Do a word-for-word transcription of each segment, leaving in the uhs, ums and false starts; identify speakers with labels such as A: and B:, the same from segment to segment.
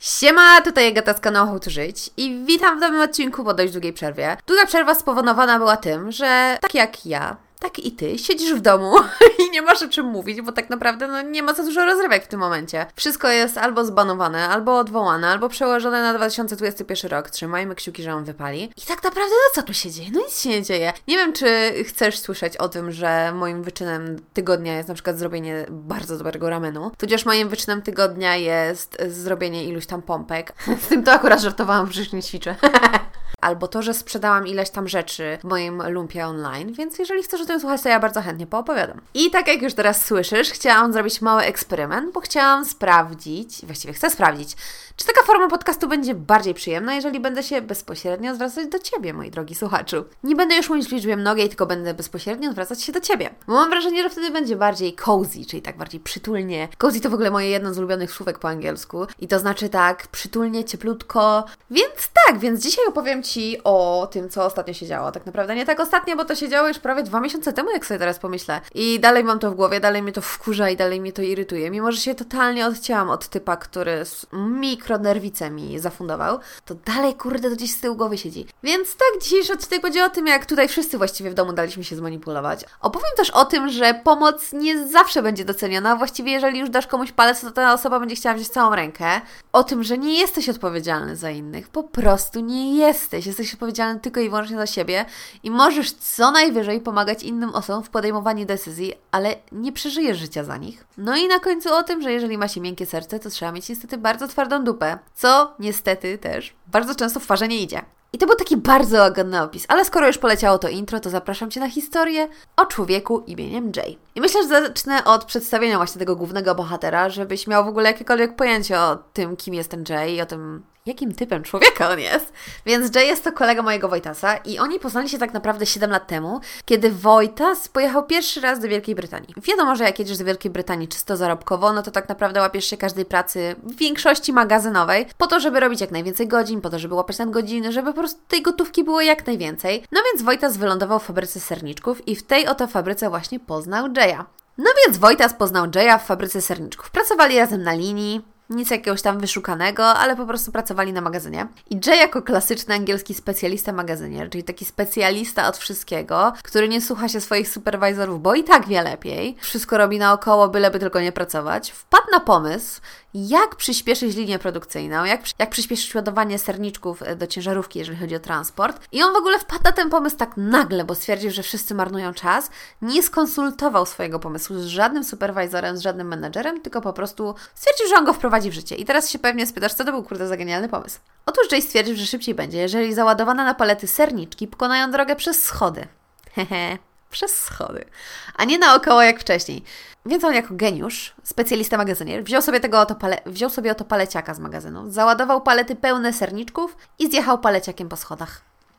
A: Siema, tutaj Agata z kanału How to Żyć i witam w nowym odcinku po dość długiej przerwie. Długa przerwa spowodowana była tym, że tak jak ja, tak i ty siedzisz w domu i nie masz o czym mówić, bo tak naprawdę no, nie ma za dużo rozrywek w tym momencie. Wszystko jest albo zbanowane, albo odwołane, albo przełożone na dwa tysiące dwudziesty pierwszy rok. Trzymajmy kciuki, że on wypali. I tak naprawdę no co tu się dzieje? No nic się nie dzieje. Nie wiem, czy chcesz słyszeć o tym, że moim wyczynem tygodnia jest na przykład zrobienie bardzo dobrego ramenu, tudzież moim wyczynem tygodnia jest zrobienie iluś tam pompek. Z tym to akurat żartowałam, przecież nie ćwiczę. Albo to, że sprzedałam ileś tam rzeczy w moim lumpie online, więc jeżeli chcesz o tym słuchać, to ja bardzo chętnie poopowiadam. I tak jak już teraz słyszysz, chciałam zrobić mały eksperyment, bo chciałam sprawdzić, właściwie chcę sprawdzić, czy taka forma podcastu będzie bardziej przyjemna, jeżeli będę się bezpośrednio zwracać do Ciebie, moi drogi słuchaczu. Nie będę już mówić w liczbie mnogiej, tylko będę bezpośrednio zwracać się do Ciebie. Bo mam wrażenie, że wtedy będzie bardziej cozy, czyli tak bardziej przytulnie. Cozy to w ogóle moje jedno z ulubionych słówek po angielsku. I to znaczy tak przytulnie, cieplutko. Więc tak, więc dzisiaj opowiem Ci o tym, co ostatnio się działo. Tak naprawdę nie tak ostatnio, bo to się działo już prawie dwa miesiące temu, jak sobie teraz pomyślę. I dalej mam to w głowie, dalej mnie to wkurza i dalej mnie to irytuje. Mimo, że się totalnie odcięłam od typa, który z mikronerwicę mi zafundował, to dalej, kurde, to gdzieś z tyłu głowy siedzi. Więc tak, dzisiejszy odcinek będzie o tym, jak tutaj wszyscy właściwie w domu daliśmy się zmanipulować. Opowiem też o tym, że pomoc nie zawsze będzie doceniona. Właściwie jeżeli już dasz komuś palec, to ta osoba będzie chciała wziąć całą rękę. O tym, że nie jesteś odpowiedzialny za innych. Po prostu nie jesteś. Jesteś odpowiedzialny tylko i wyłącznie za siebie i możesz co najwyżej pomagać innym osobom w podejmowaniu decyzji, ale nie przeżyjesz życia za nich. No i na końcu o tym, że jeżeli ma się miękkie serce, to trzeba mieć niestety bardzo twardą dupę, co niestety też bardzo często w parze nie idzie. I to był taki bardzo łagodny opis, ale skoro już poleciało to intro, to zapraszam Cię na historię o człowieku imieniem Jay. I myślę, że zacznę od przedstawienia właśnie tego głównego bohatera, żebyś miał w ogóle jakiekolwiek pojęcie o tym, kim jest ten Jay i o tym, jakim typem człowieka on jest. Więc Jay jest to kolega mojego Wojtasa i oni poznali się tak naprawdę siedem lat temu, kiedy Wojtas pojechał pierwszy raz do Wielkiej Brytanii. Wiadomo, że jak jedziesz do Wielkiej Brytanii czysto zarobkowo, no to tak naprawdę łapiesz się każdej pracy, w większości magazynowej, po to, żeby robić jak najwięcej godzin, po to, żeby łapać nadgodziny, żeby po prostu tej gotówki było jak najwięcej. No więc Wojtas wylądował w fabryce serniczków i w tej oto fabryce właśnie poznał Jaya. No więc Wojtas poznał Jaya w fabryce serniczków. Pracowali razem na linii. Nic jakiegoś tam wyszukanego, ale po prostu pracowali na magazynie. I Jay jako klasyczny angielski specjalista magazynier, czyli taki specjalista od wszystkiego, który nie słucha się swoich superwajzorów, bo i tak wie lepiej, wszystko robi naokoło, byleby tylko nie pracować, wpadł na pomysł, jak przyspieszyć linię produkcyjną, jak, jak przyspieszyć ładowanie serniczków do ciężarówki, jeżeli chodzi o transport. I on w ogóle wpadł na ten pomysł tak nagle, bo stwierdził, że wszyscy marnują czas, nie skonsultował swojego pomysłu z żadnym superwajzorem, z żadnym menedżerem, tylko po prostu stwierdził, że on go wprowadzi w życie. I teraz się pewnie spytasz, co to był kurde za genialny pomysł. Otóż Jay stwierdził, że szybciej będzie, jeżeli załadowane na palety serniczki pokonają drogę przez schody. Hehe, przez schody. A nie naokoło jak wcześniej. Więc on jako geniusz, specjalista magazynier, wziął sobie tego oto pale- wziął sobie oto paleciaka z magazynu, załadował palety pełne serniczków i zjechał paleciakiem po schodach.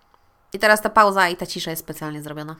A: I teraz ta pauza i ta cisza jest specjalnie zrobiona.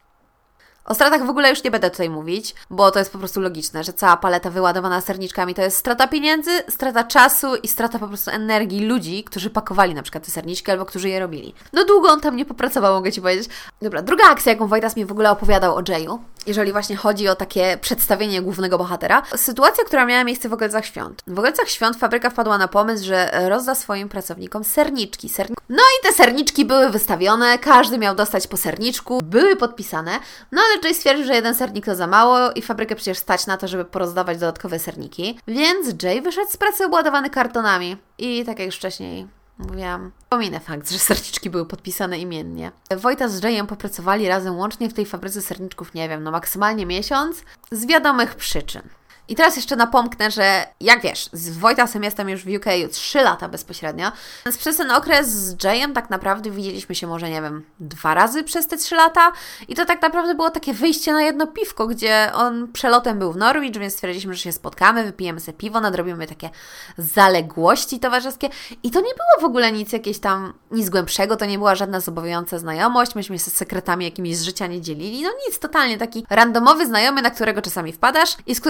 A: O stratach w ogóle już nie będę tutaj mówić, bo to jest po prostu logiczne, że cała paleta wyładowana serniczkami to jest strata pieniędzy, strata czasu i strata po prostu energii ludzi, którzy pakowali na przykład te serniczki albo którzy je robili. No długo on tam nie popracował, mogę Ci powiedzieć. Dobra, druga akcja, jaką Wojtas mi w ogóle opowiadał o Jayu, jeżeli właśnie chodzi o takie przedstawienie głównego bohatera. Sytuacja, która miała miejsce w okolicach świąt. W okolicach świąt fabryka wpadła na pomysł, że rozda swoim pracownikom serniczki. Serni- no i te serniczki były wystawione, każdy miał dostać po serniczku, były podpisane, no ale Jay stwierdził, że jeden sernik to za mało i fabrykę przecież stać na to, żeby porozdawać dodatkowe serniki. Więc Jay wyszedł z pracy obładowany kartonami. I tak jak już wcześniej mówiłam, pominę fakt, że serniczki były podpisane imiennie. Wojtas z Jayem popracowali razem łącznie w tej fabryce serniczków, nie wiem, no maksymalnie miesiąc, z wiadomych przyczyn. I teraz jeszcze napomknę, że jak wiesz, z Wojtasem jestem już w U K trzy lata bezpośrednio, więc przez ten okres z Jayem tak naprawdę widzieliśmy się może, nie wiem, dwa razy przez te trzy lata i to tak naprawdę było takie wyjście na jedno piwko, gdzie on przelotem był w Norwich, więc stwierdziliśmy, że się spotkamy, wypijemy sobie piwo, nadrobimy takie zaległości towarzyskie i to nie było w ogóle nic jakieś tam, nic głębszego, to nie była żadna zobowiązująca znajomość, myśmy się z sekretami jakimiś z życia nie dzielili, no nic, totalnie taki randomowy znajomy, na którego czasami wpadasz i z którym czasami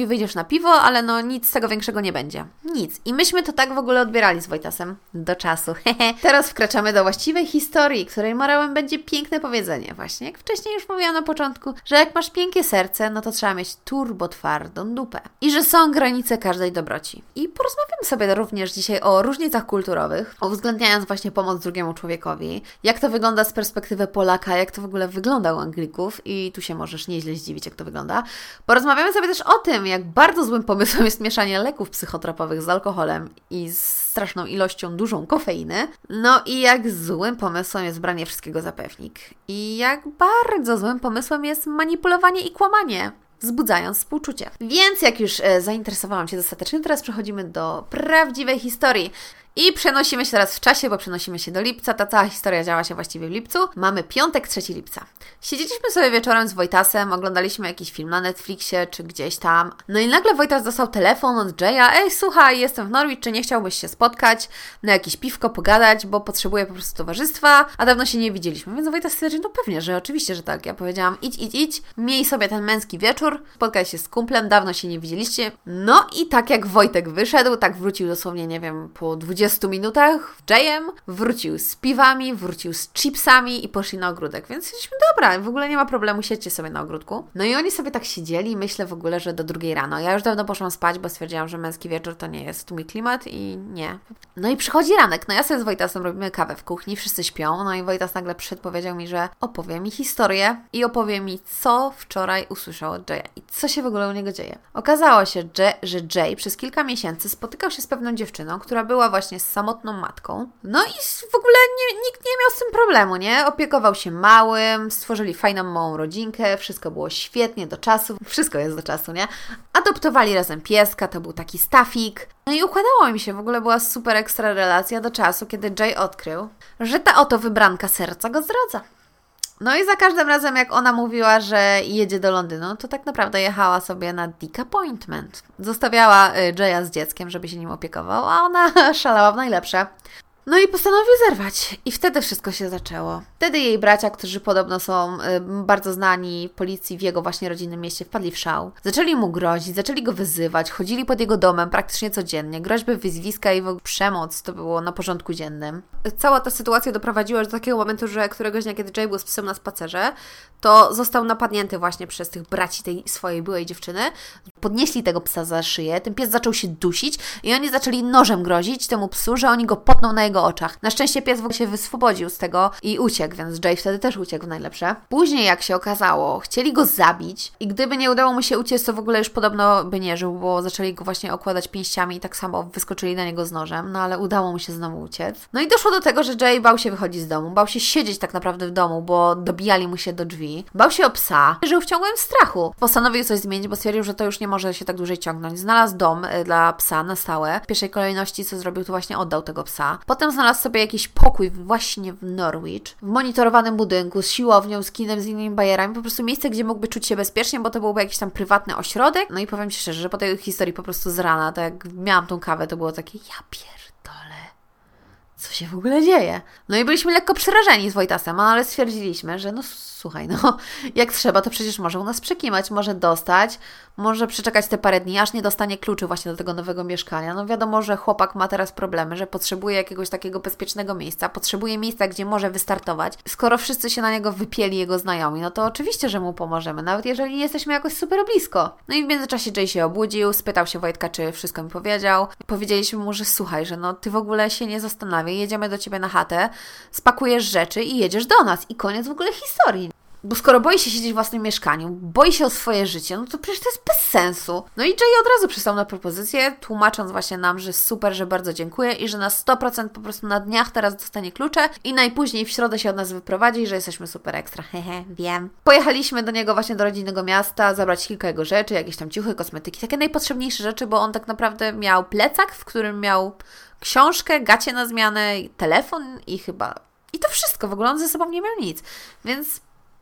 A: wyjdziesz na piwo, ale no nic z tego większego nie będzie. Nic. I myśmy to tak w ogóle odbierali z Wojtasem do czasu. Teraz wkraczamy do właściwej historii, której morałem będzie piękne powiedzenie właśnie. Jak wcześniej już mówiłam na początku, że jak masz piękkie serce, no to trzeba mieć turbo twardą dupę. I że są granice każdej dobroci. I porozmawiamy sobie również dzisiaj o różnicach kulturowych, uwzględniając właśnie pomoc drugiemu człowiekowi, jak to wygląda z perspektywy Polaka, jak to w ogóle wygląda u Anglików i tu się możesz nieźle zdziwić, jak to wygląda. Porozmawiamy sobie też o tym, jak bardzo złym pomysłem jest mieszanie leków psychotropowych z alkoholem i z straszną ilością dużą kofeiny. No i jak złym pomysłem jest branie wszystkiego za pewnik. I jak bardzo złym pomysłem jest manipulowanie i kłamanie, wzbudzając współczucie. Więc jak już e, zainteresowałam się dostatecznie, teraz przechodzimy do prawdziwej historii. I przenosimy się teraz w czasie, bo przenosimy się do lipca. Ta cała historia działa się właściwie w lipcu. Mamy piątek, trzeciego lipca. Siedzieliśmy sobie wieczorem z Wojtasem, oglądaliśmy jakiś film na Netflixie czy gdzieś tam. No i nagle Wojtas dostał telefon od Jaya. Ej, słuchaj, jestem w Norwich, czy nie chciałbyś się spotkać, na jakieś piwko pogadać, bo potrzebuję po prostu towarzystwa, a dawno się nie widzieliśmy. Więc Wojtas stwierdził, no pewnie, że oczywiście, że tak. Ja powiedziałam, idź, idź, idź, miej sobie ten męski wieczór, spotkaj się z kumplem, dawno się nie widzieliście. No i tak jak Wojtek wyszedł, tak wrócił dosłownie, nie wiem, po dwudziestu minutach Jayem, wrócił z piwami, wrócił z chipsami i poszli na ogródek. Więc stwierdziliśmy, dobra, w ogóle nie ma problemu, siedźcie sobie na ogródku. No i oni sobie tak siedzieli i myślę w ogóle, że do drugiej rano. Ja już dawno poszłam spać, bo stwierdziłam, że męski wieczór to nie jest tu mój klimat i nie. No i przychodzi ranek. No ja sobie z Wojtasem robimy kawę w kuchni, wszyscy śpią. No i Wojtas nagle przyszedł, powiedział mi, że opowie mi historię i opowie mi, co wczoraj usłyszał od Jaya i co się w ogóle u niego dzieje. Okazało się, że, że Jay przez kilka miesięcy spotykał się z pewną dziewczyną, która była właśnie z samotną matką. No i w ogóle nie, nikt nie miał z tym problemu, nie? Opiekował się małym, stworzyli fajną małą rodzinkę, wszystko było świetnie, do czasu, wszystko jest do czasu, nie? Adoptowali razem pieska, to był taki Stafik. No i układało mi się, w ogóle była super ekstra relacja do czasu, kiedy Jay odkrył, że ta oto wybranka serca go zdradza. No i za każdym razem, jak ona mówiła, że jedzie do Londynu, to tak naprawdę jechała sobie na dick appointment. Zostawiała Jaya z dzieckiem, żeby się nim opiekował, a ona szalała w najlepsze. No i postanowił zerwać. I wtedy wszystko się zaczęło. Wtedy jej bracia, którzy podobno są y, bardzo znani w policji w jego właśnie rodzinnym mieście, wpadli w szał. Zaczęli mu grozić, zaczęli go wyzywać, chodzili pod jego domem praktycznie codziennie. Groźby, wyzwiska i w ogóle przemoc to było na porządku dziennym. Cała ta sytuacja doprowadziła do takiego momentu, że któregoś dnia, kiedy Jay był z psem na spacerze, to został napadnięty właśnie przez tych braci tej swojej byłej dziewczyny. Podnieśli tego psa za szyję, ten pies zaczął się dusić i oni zaczęli nożem grozić temu psu, że oni go potną na jego oczach. Na szczęście pies w ogóle się wyswobodził z tego i uciekł, więc Jay wtedy też uciekł w najlepsze. Później, jak się okazało, chcieli go zabić i gdyby nie udało mu się uciec, to w ogóle już podobno by nie żył, bo zaczęli go właśnie okładać pięściami i tak samo wyskoczyli na niego z nożem, no ale udało mu się znowu uciec. No i doszło do tego, że Jay bał się wychodzić z domu, bał się siedzieć tak naprawdę w domu, bo dobijali mu się do drzwi, bał się o psa, żył w ciągłym strachu. Postanowił coś zmienić, bo stwierdził, że to już nie może się tak dłużej ciągnąć. Znalazł dom dla psa na stałe. W pierwszej kolejności, co zrobił, to właśnie oddał tego psa. Potem znalazł sobie jakiś pokój właśnie w Norwich, w monitorowanym budynku, z siłownią, z kinem, z innymi bajerami, po prostu miejsce, gdzie mógłby czuć się bezpiecznie, bo to byłby jakiś tam prywatny ośrodek. No i powiem Ci szczerze, że po tej historii po prostu z rana, tak jak miałam tą kawę, to było takie, ja pierdolę, co się w ogóle dzieje? No i byliśmy lekko przerażeni z Wojtasem, ale stwierdziliśmy, że no słuchaj, no jak trzeba, to przecież może u nas przekimać, może dostać, może przeczekać te parę dni, aż nie dostanie kluczy właśnie do tego nowego mieszkania. No wiadomo, że chłopak ma teraz problemy, że potrzebuje jakiegoś takiego bezpiecznego miejsca, potrzebuje miejsca, gdzie może wystartować. Skoro wszyscy się na niego wypieli, jego znajomi, no to oczywiście, że mu pomożemy, nawet jeżeli nie jesteśmy jakoś super blisko. No i w międzyczasie Jay się obudził, spytał się Wojtka, czy wszystko mi powiedział. Powiedzieliśmy mu, że słuchaj, że no ty w ogóle się nie zastanawiaj, jedziemy do Ciebie na chatę, spakujesz rzeczy i jedziesz do nas. I koniec w ogóle historii. Bo skoro boi się siedzieć w własnym mieszkaniu, boi się o swoje życie, no to przecież to jest bez sensu. No i Jay od razu przystał na propozycję, tłumacząc właśnie nam, że super, że bardzo dziękuję i że na sto procent po prostu na dniach teraz dostanie klucze i najpóźniej w środę się od nas wyprowadzi i że jesteśmy super ekstra. Hehe, wiem. Pojechaliśmy do niego właśnie do rodzinnego miasta, zabrać kilka jego rzeczy, jakieś tam ciuchy, kosmetyki, takie najpotrzebniejsze rzeczy, bo on tak naprawdę miał plecak, w którym miał książkę, gacie na zmianę, telefon i chyba... I to wszystko, w ogóle on ze sobą nie miał nic. Więc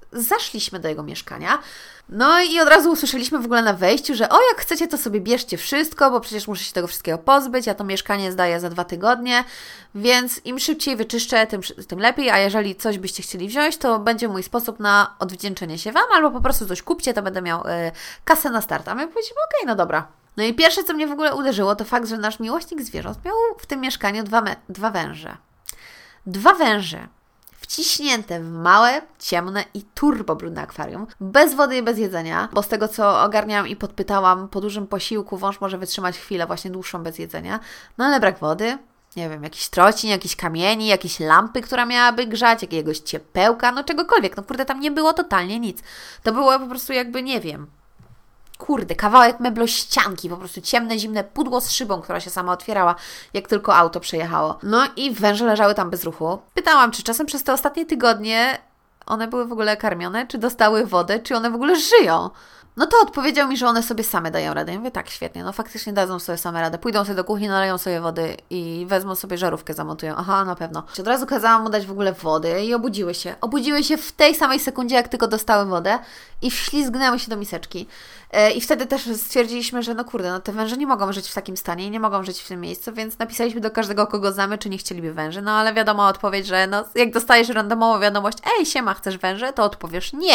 A: zaszliśmy do jego mieszkania. No i od razu usłyszeliśmy w ogóle na wejściu, że o, jak chcecie, to sobie bierzcie wszystko, bo przecież muszę się tego wszystkiego pozbyć, ja to mieszkanie zdaję za dwa tygodnie, więc im szybciej wyczyszczę, tym, tym lepiej, a jeżeli coś byście chcieli wziąć, to będzie mój sposób na odwdzięczenie się Wam, albo po prostu coś kupcie, to będę miał y, kasę na start. A my powiedzieliśmy, okej, okay, no dobra. No i pierwsze, co mnie w ogóle uderzyło, to fakt, że nasz miłośnik zwierząt miał w tym mieszkaniu dwa, me- dwa węże. Dwa węże. Wciśnięte w małe, ciemne i turbobrudne akwarium, bez wody i bez jedzenia, bo z tego, co ogarniałam i podpytałam, po dużym posiłku wąż może wytrzymać chwilę właśnie dłuższą bez jedzenia, no ale brak wody, nie wiem, jakiś trocin, jakiś kamieni, jakieś lampy, która miałaby grzać, jakiegoś ciepełka, no czegokolwiek, no kurde, tam nie było totalnie nic. To było po prostu jakby, nie wiem, kurde, kawałek meblościanki, po prostu ciemne, zimne pudło z szybą, która się sama otwierała, jak tylko auto przejechało. No i węże leżały tam bez ruchu. Pytałam, czy czasem przez te ostatnie tygodnie one były w ogóle karmione, czy dostały wodę, czy one w ogóle żyją. No to odpowiedział mi, że one sobie same dają radę. Ja mówię, tak, świetnie, no faktycznie dadzą sobie same radę. Pójdą sobie do kuchni, naleją sobie wody i wezmą sobie żarówkę, zamontują. Aha, na pewno. Od razu kazałam mu dać w ogóle wody i obudziły się. Obudziły się w tej samej sekundzie, jak tylko dostały wodę i wślizgnęły się do miseczki. I wtedy też stwierdziliśmy, że no kurde, no te węże nie mogą żyć w takim stanie i nie mogą żyć w tym miejscu, więc napisaliśmy do każdego, kogo znamy, czy nie chcieliby węży. No ale wiadomo, odpowiedź, że no jak dostajesz randomową wiadomość, ej, siema, chcesz węże? To odpowiesz nie.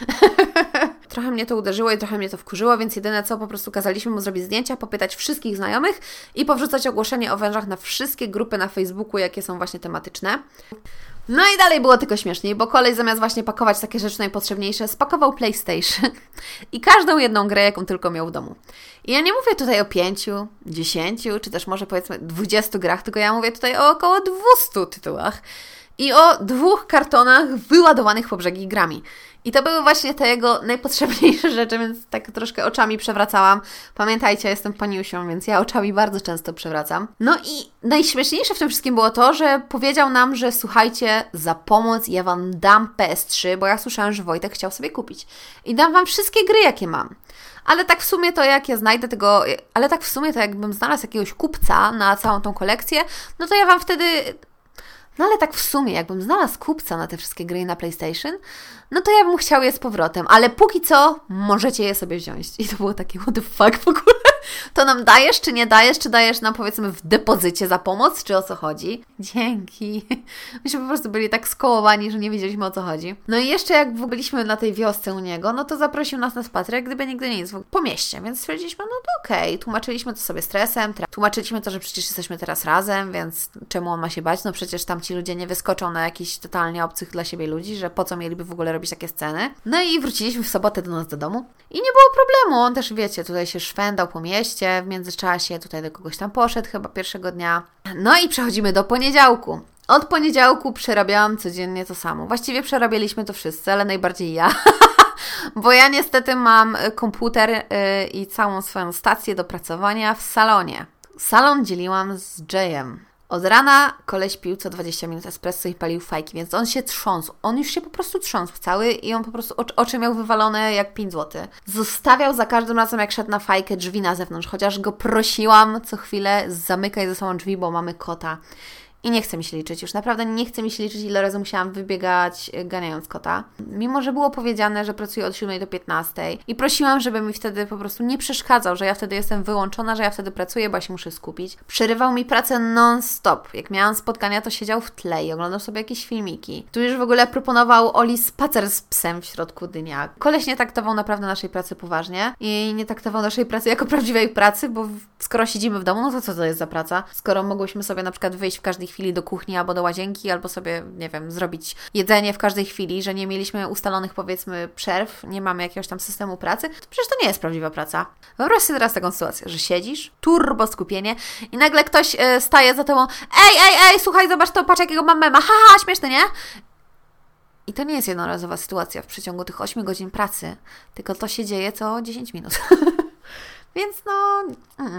A: Trochę mnie to uderzyło i trochę mnie to wkurzyło, więc jedyne co, po prostu kazaliśmy mu zrobić zdjęcia, popytać wszystkich znajomych i powrzucać ogłoszenie o wężach na wszystkie grupy na Facebooku, jakie są właśnie tematyczne. No i dalej było tylko śmieszniej, bo kolej zamiast właśnie pakować takie rzeczy najpotrzebniejsze, spakował PlayStation i każdą jedną grę, jaką tylko miał w domu. I ja nie mówię tutaj o pięciu, dziesięciu, czy też może powiedzmy dwudziestu grach, tylko ja mówię tutaj o około dwustu tytułach i o dwóch kartonach wyładowanych po brzegi grami. I to były właśnie te jego najpotrzebniejsze rzeczy, więc tak troszkę oczami przewracałam. Pamiętajcie, ja jestem paniusią, więc ja oczami bardzo często przewracam. No i najśmieszniejsze w tym wszystkim było to, że powiedział nam, że słuchajcie, za pomoc ja Wam dam P S trzy, bo ja słyszałam, że Wojtek chciał sobie kupić. I dam Wam wszystkie gry, jakie mam. Ale tak w sumie to jak ja znajdę tego, ale tak w sumie to jakbym znalazł jakiegoś kupca na całą tą kolekcję, no to ja Wam wtedy... No ale tak w sumie, jakbym znalazł kupca na te wszystkie gry na PlayStation, no to ja bym chciał je z powrotem, ale póki co możecie je sobie wziąć. I to było takie what the fuck w ogóle. To nam dajesz, czy nie dajesz, czy dajesz nam powiedzmy w depozycie za pomoc, czy o co chodzi? Dzięki. Myśmy po prostu byli tak skołowani, że nie wiedzieliśmy o co chodzi. No i jeszcze jak byliśmy na tej wiosce u niego, no to zaprosił nas na spacer, jak gdyby nigdy nic, po mieście, więc stwierdziliśmy, no to okej, okay. Tłumaczyliśmy to sobie stresem, tłumaczyliśmy to, że przecież jesteśmy teraz razem, więc czemu on ma się bać? No przecież tam ci ludzie nie wyskoczą na jakichś totalnie obcych dla siebie ludzi, że po co mieliby w ogóle robić takie sceny. No i wróciliśmy w sobotę do nas do domu i nie było problemu, on też wiecie, tutaj się szwendał po mieście w międzyczasie, tutaj do kogoś tam poszedł chyba pierwszego dnia. No i przechodzimy do poniedziałku. Od poniedziałku przerabiałam codziennie to samo. Właściwie przerabialiśmy to wszyscy, ale najbardziej ja. Bo ja niestety mam komputer yy, i całą swoją stację do pracowania w salonie. Salon dzieliłam z Jayem. Od rana koleś pił co dwadzieścia minut espresso i palił fajki, więc on się trząsł. On już się po prostu trząsł cały i on po prostu oczy, oczy miał wywalone jak pięć złotych. Zostawiał za każdym razem, jak szedł na fajkę, drzwi na zewnątrz, chociaż go prosiłam co chwilę, zamykaj ze sobą drzwi, bo mamy kota. I nie chce mi się liczyć, już naprawdę nie chce mi się liczyć, ile razy musiałam wybiegać ganiając kota. Mimo że było powiedziane, że pracuję od siódmej do piętnastej i prosiłam, żeby mi wtedy po prostu nie przeszkadzał, że ja wtedy jestem wyłączona, że ja wtedy pracuję, bo ja się muszę skupić. Przerywał mi pracę non-stop. Jak miałam spotkania, to siedział w tle i oglądał sobie jakieś filmiki. Tu już w ogóle proponował Oli spacer z psem w środku dnia. Koleś nie traktował naprawdę naszej pracy poważnie i nie traktował naszej pracy jako prawdziwej pracy, bo skoro siedzimy w domu, no to co to jest za praca? Skoro mogłyśmy sobie na przykład wyjść w każdej chwili do kuchni albo do łazienki, albo sobie, nie wiem, zrobić jedzenie w każdej chwili, że nie mieliśmy ustalonych, powiedzmy, przerw, nie mamy jakiegoś tam systemu pracy, to przecież to nie jest prawdziwa praca. Wyobraź sobie teraz taką sytuację, że siedzisz, turbo skupienie i nagle ktoś y, staje za tobą, ej, ej, ej, słuchaj, zobacz to, patrz jakiego mam mema, haha, śmieszny, nie? I to nie jest jednorazowa sytuacja w przeciągu tych ośmiu godzin pracy, tylko to się dzieje co dziesięć minut. Więc no... Mm-mm.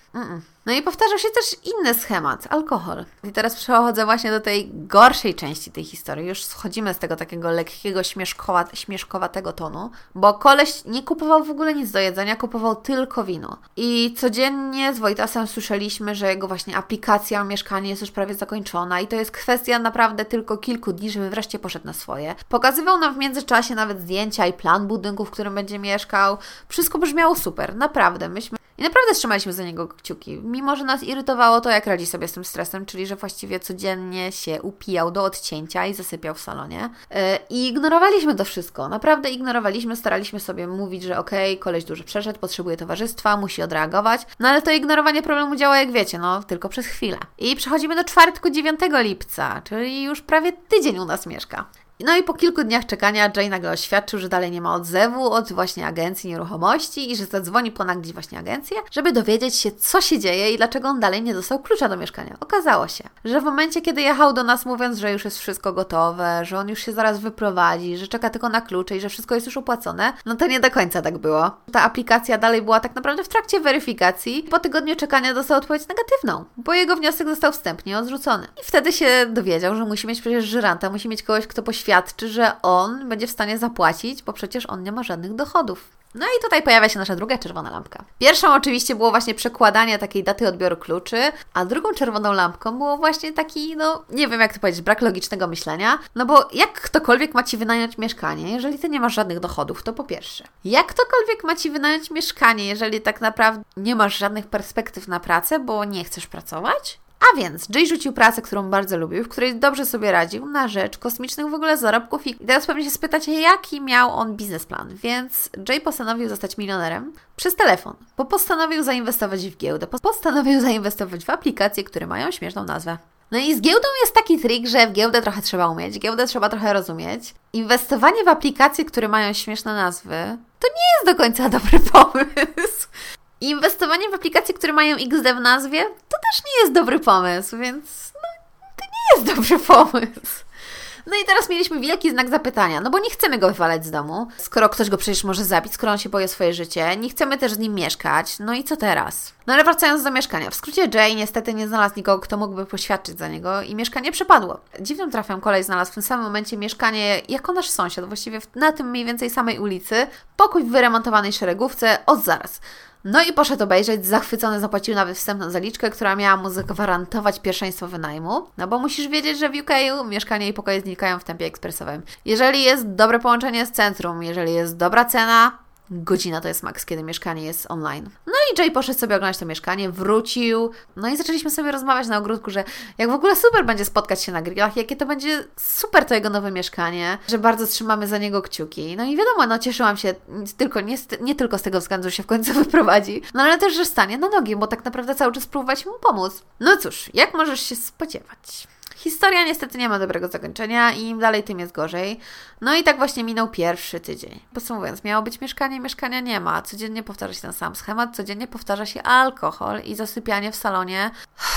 A: Mm-mm. No i powtarza się też inny schemat, alkohol. I teraz przechodzę właśnie do tej gorszej części tej historii. Już schodzimy z tego takiego lekkiego, śmieszkowa, śmieszkowatego tonu, bo koleś nie kupował w ogóle nic do jedzenia, kupował tylko wino. I codziennie z Wojtasem słyszeliśmy, że jego właśnie aplikacja o mieszkanie jest już prawie zakończona i to jest kwestia naprawdę tylko kilku dni, żeby wreszcie poszedł na swoje. Pokazywał nam w międzyczasie nawet zdjęcia i plan budynku, w którym będzie mieszkał. Wszystko brzmiało super, naprawdę. Myśmy I naprawdę trzymaliśmy za niego kciuki, mimo że nas irytowało to, jak radzi sobie z tym stresem, czyli że właściwie codziennie się upijał do odcięcia i zasypiał w salonie. Yy, I ignorowaliśmy to wszystko, naprawdę ignorowaliśmy, staraliśmy sobie mówić, że okej, okay, koleś dużo przeszedł, potrzebuje towarzystwa, musi odreagować, no ale to ignorowanie problemu działa, jak wiecie, no tylko przez chwilę. I przechodzimy do czwartku dziewiątego lipca, czyli już prawie tydzień u nas mieszka. No i po kilku dniach czekania Jay nagle oświadczył, że dalej nie ma odzewu od właśnie agencji nieruchomości i że zadzwoni po nagli właśnie agencję, żeby dowiedzieć się, co się dzieje i dlaczego on dalej nie dostał klucza do mieszkania. Okazało się, że w momencie, kiedy jechał do nas mówiąc, że już jest wszystko gotowe, że on już się zaraz wyprowadzi, że czeka tylko na klucze i że wszystko jest już opłacone, no to nie do końca tak było. Ta aplikacja dalej była tak naprawdę w trakcie weryfikacji. Po tygodniu czekania dostał odpowiedź negatywną, bo jego wniosek został wstępnie odrzucony. I wtedy się dowiedział, że musi mieć przecież żyranta, musi mieć kogoś, kto poświadczy, Świadczy, że on będzie w stanie zapłacić, bo przecież on nie ma żadnych dochodów. No i tutaj pojawia się nasza druga czerwona lampka. Pierwszą oczywiście było właśnie przekładanie takiej daty odbioru kluczy, a drugą czerwoną lampką było właśnie taki, no nie wiem jak to powiedzieć, brak logicznego myślenia, no bo jak ktokolwiek ma Ci wynająć mieszkanie, jeżeli Ty nie masz żadnych dochodów, to po pierwsze. Jak ktokolwiek ma Ci wynająć mieszkanie, jeżeli tak naprawdę nie masz żadnych perspektyw na pracę, bo nie chcesz pracować? A więc Jay rzucił pracę, którą bardzo lubił, w której dobrze sobie radził, na rzecz kosmicznych w ogóle zarobków i teraz pewnie się spytacie, jaki miał on biznesplan. Więc Jay postanowił zostać milionerem przez telefon, bo postanowił zainwestować w giełdę, postanowił zainwestować w aplikacje, które mają śmieszną nazwę. No i z giełdą jest taki trik, że w giełdę trochę trzeba umieć, giełdę trzeba trochę rozumieć. Inwestowanie w aplikacje, które mają śmieszne nazwy, to nie jest do końca dobry pomysł. Inwestowanie w aplikacje, które mają X D w nazwie, to też nie jest dobry pomysł, więc no, to nie jest dobry pomysł. No i teraz mieliśmy wielki znak zapytania, no bo nie chcemy go wywalać z domu, skoro ktoś go przecież może zabić, skoro on się boi o swoje życie, nie chcemy też z nim mieszkać, no i co teraz? No ale wracając do mieszkania, w skrócie Jay niestety nie znalazł nikogo, kto mógłby poświadczyć za niego i mieszkanie przepadło. Dziwnym trafem kolej znalazł w tym samym momencie mieszkanie jako nasz sąsiad, właściwie na tym mniej więcej samej ulicy, pokój w wyremontowanej szeregówce od zaraz. No i poszedł obejrzeć, zachwycony zapłacił nawet wstępną zaliczkę, która miała mu zagwarantować pierwszeństwo wynajmu, no bo musisz wiedzieć, że w U K mieszkania i pokoje znikają w tempie ekspresowym. Jeżeli jest dobre połączenie z centrum, jeżeli jest dobra cena, godzina to jest maks, kiedy mieszkanie jest online. No i Jay poszedł sobie oglądać to mieszkanie, wrócił, no i zaczęliśmy sobie rozmawiać na ogródku, że jak w ogóle super będzie spotkać się na grillach, jakie to będzie super to jego nowe mieszkanie, że bardzo trzymamy za niego kciuki. No i wiadomo, no cieszyłam się tylko, nie, nie tylko z tego względu, że się w końcu wyprowadzi, no ale też, że stanie na nogi, bo tak naprawdę cały czas próbować mu pomóc. No cóż, jak możesz się spodziewać? Historia niestety nie ma dobrego zakończenia i im dalej, tym jest gorzej. No i tak właśnie minął pierwszy tydzień. Podsumowując, miało być mieszkanie, mieszkania nie ma. Codziennie powtarza się ten sam schemat, codziennie powtarza się alkohol i zasypianie w salonie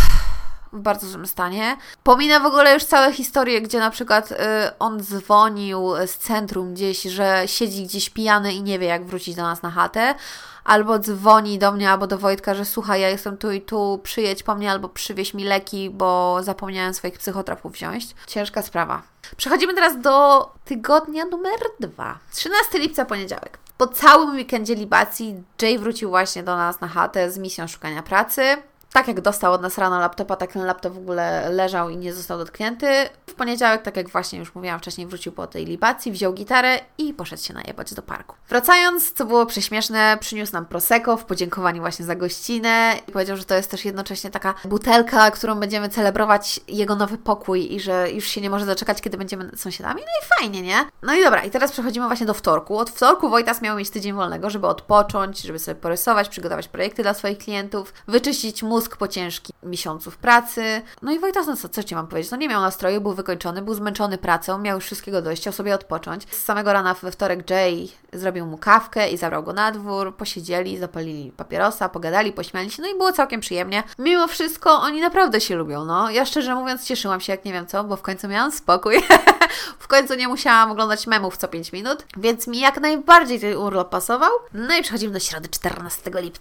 A: w bardzo złym stanie. Pomina w ogóle już całe historie, gdzie na przykład y, on dzwonił z centrum gdzieś, że siedzi gdzieś pijany i nie wie, jak wrócić do nas na chatę. Albo dzwoni do mnie, albo do Wojtka, że słuchaj, ja jestem tu i tu, przyjedź po mnie, albo przywieź mi leki, bo zapomniałem swoich psychotropów wziąć. Ciężka sprawa. Przechodzimy teraz do tygodnia numer dwa. trzynastego lipca, poniedziałek. Po całym weekendzie libacji Jay wrócił właśnie do nas na chatę z misją szukania pracy. Tak jak dostał od nas rano laptopa, tak ten laptop w ogóle leżał i nie został dotknięty. W poniedziałek, tak jak właśnie już mówiłam wcześniej, wrócił po tej libacji, wziął gitarę i poszedł się najebać do parku. Wracając, co było prześmieszne, przyniósł nam Prosecco w podziękowaniu właśnie za gościnę i powiedział, że to jest też jednocześnie taka butelka, którą będziemy celebrować jego nowy pokój i że już się nie może doczekać, kiedy będziemy sąsiadami. No i fajnie, nie? No i dobra, i teraz przechodzimy właśnie do wtorku. Od wtorku Wojtas miał mieć tydzień wolnego, żeby odpocząć, żeby sobie porysować, przygotować projekty dla swoich klientów, wyczyścić mózg po ciężkich miesiąców pracy. No i Wojtas, no co, co Ci mam powiedzieć? No nie miał nastroju, był wykończony, był zmęczony pracą, miał już wszystkiego dość, chciał sobie odpocząć. Z samego rana we wtorek Jay zrobił mu kawkę i zabrał go na dwór, posiedzieli, zapalili papierosa, pogadali, pośmiali się, no i było całkiem przyjemnie. Mimo wszystko oni naprawdę się lubią, no. Ja szczerze mówiąc cieszyłam się jak nie wiem co, bo w końcu miałam spokój. W końcu nie musiałam oglądać memów co pięć minut, więc mi jak najbardziej ten urlop pasował. No i przechodzimy do środy czternastego lipca.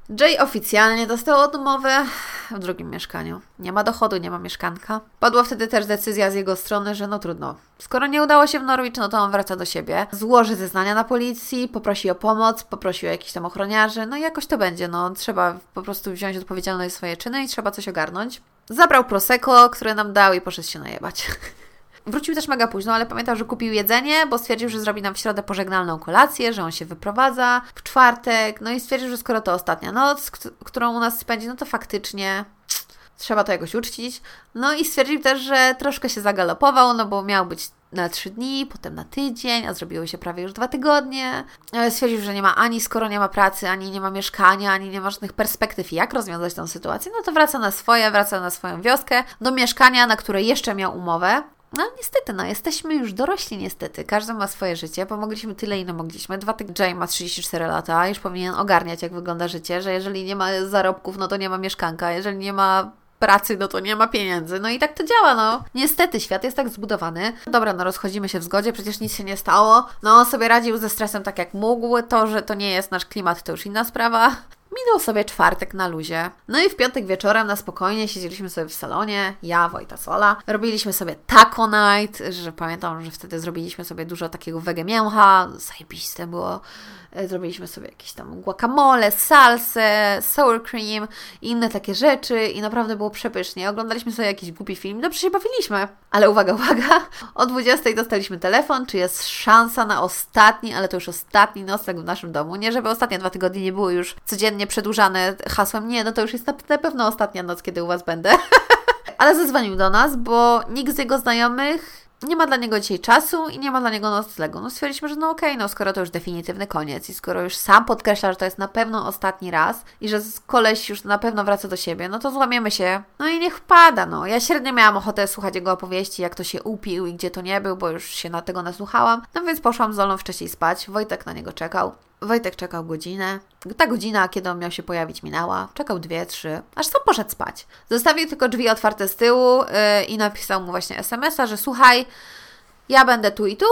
A: Jay oficjalnie dostał odmowę w drugim mieszkaniu. Nie ma dochodu, nie ma mieszkanka. Padła wtedy też decyzja z jego strony, że no trudno. Skoro nie udało się w Norwich, no to on wraca do siebie. Złoży zeznania na policji, poprosi o pomoc, poprosi o jakichś tam ochroniarzy. No i jakoś to będzie, no trzeba po prostu wziąć odpowiedzialność za swoje czyny i trzeba coś ogarnąć. Zabrał Prosecco, które nam dał i poszedł się najebać. Wrócił też mega późno, ale pamiętał, że kupił jedzenie, bo stwierdził, że zrobi nam w środę pożegnalną kolację, że on się wyprowadza w czwartek, no i stwierdził, że skoro to ostatnia noc, którą u nas spędzi, no to faktycznie trzeba to jakoś uczcić. No i stwierdził też, że troszkę się zagalopował, no bo miał być na trzy dni, potem na tydzień, a zrobiło się prawie już dwa tygodnie. Stwierdził, że nie ma ani skoro nie ma pracy, ani nie ma mieszkania, ani nie ma żadnych perspektyw, jak rozwiązać tę sytuację, no to wraca na swoje, wraca na swoją wioskę, do mieszkania, na które jeszcze miał umowę. No niestety, no jesteśmy już dorośli niestety. Każdy ma swoje życie. Pomogliśmy tyle, ile mogliśmy. Dwa tygodnie. Jay ma trzydzieści cztery lata. Już powinien ogarniać, jak wygląda życie, że jeżeli nie ma zarobków, no to nie ma mieszkanka. Jeżeli nie ma pracy, no to nie ma pieniędzy. No i tak to działa, no. Niestety, świat jest tak zbudowany. Dobra, no rozchodzimy się w zgodzie, przecież nic się nie stało. No on sobie radził ze stresem tak jak mógł. To, że to nie jest nasz klimat, to już inna sprawa. Minął sobie czwartek na luzie. No i w piątek wieczorem na spokojnie siedzieliśmy sobie w salonie, ja, Wojta, Sola. Robiliśmy sobie taco night, że pamiętam, że wtedy zrobiliśmy sobie dużo takiego wege mięcha, zajebiste było. Zrobiliśmy sobie jakieś tam guacamole, salsę, sour cream i inne takie rzeczy i naprawdę było przepysznie. Oglądaliśmy sobie jakiś głupi film, dobrze się bawiliśmy. Ale uwaga, uwaga, o dwudziestej dostaliśmy telefon, czy jest szansa na ostatni, ale to już ostatni nocleg w naszym domu. Nie, żeby ostatnie dwa tygodnie nie były już codziennie przedłużane hasłem, nie, no to już jest na, na pewno ostatnia noc, kiedy u Was będę. Ale zadzwonił do nas, bo nikt z jego znajomych nie ma dla niego dzisiaj czasu i nie ma dla niego noclegu. No stwierdziliśmy, że no okej, okay, no skoro to już definitywny koniec i skoro już sam podkreśla, że to jest na pewno ostatni raz i że koleś już na pewno wraca do siebie, no to złamiemy się. No i niech wpada, no. Ja średnio miałam ochotę słuchać jego opowieści, jak to się upił i gdzie to nie był, bo już się na tego nasłuchałam. No więc poszłam z Zolą wcześniej spać. Wojtek na niego czekał. Wojtek czekał godzinę. Ta godzina, kiedy on miał się pojawić, minęła. Czekał dwie, trzy, aż sam poszedł spać. Zostawił tylko drzwi otwarte z tyłu yy, i napisał mu właśnie es em es a, że słuchaj, ja będę tu i tu.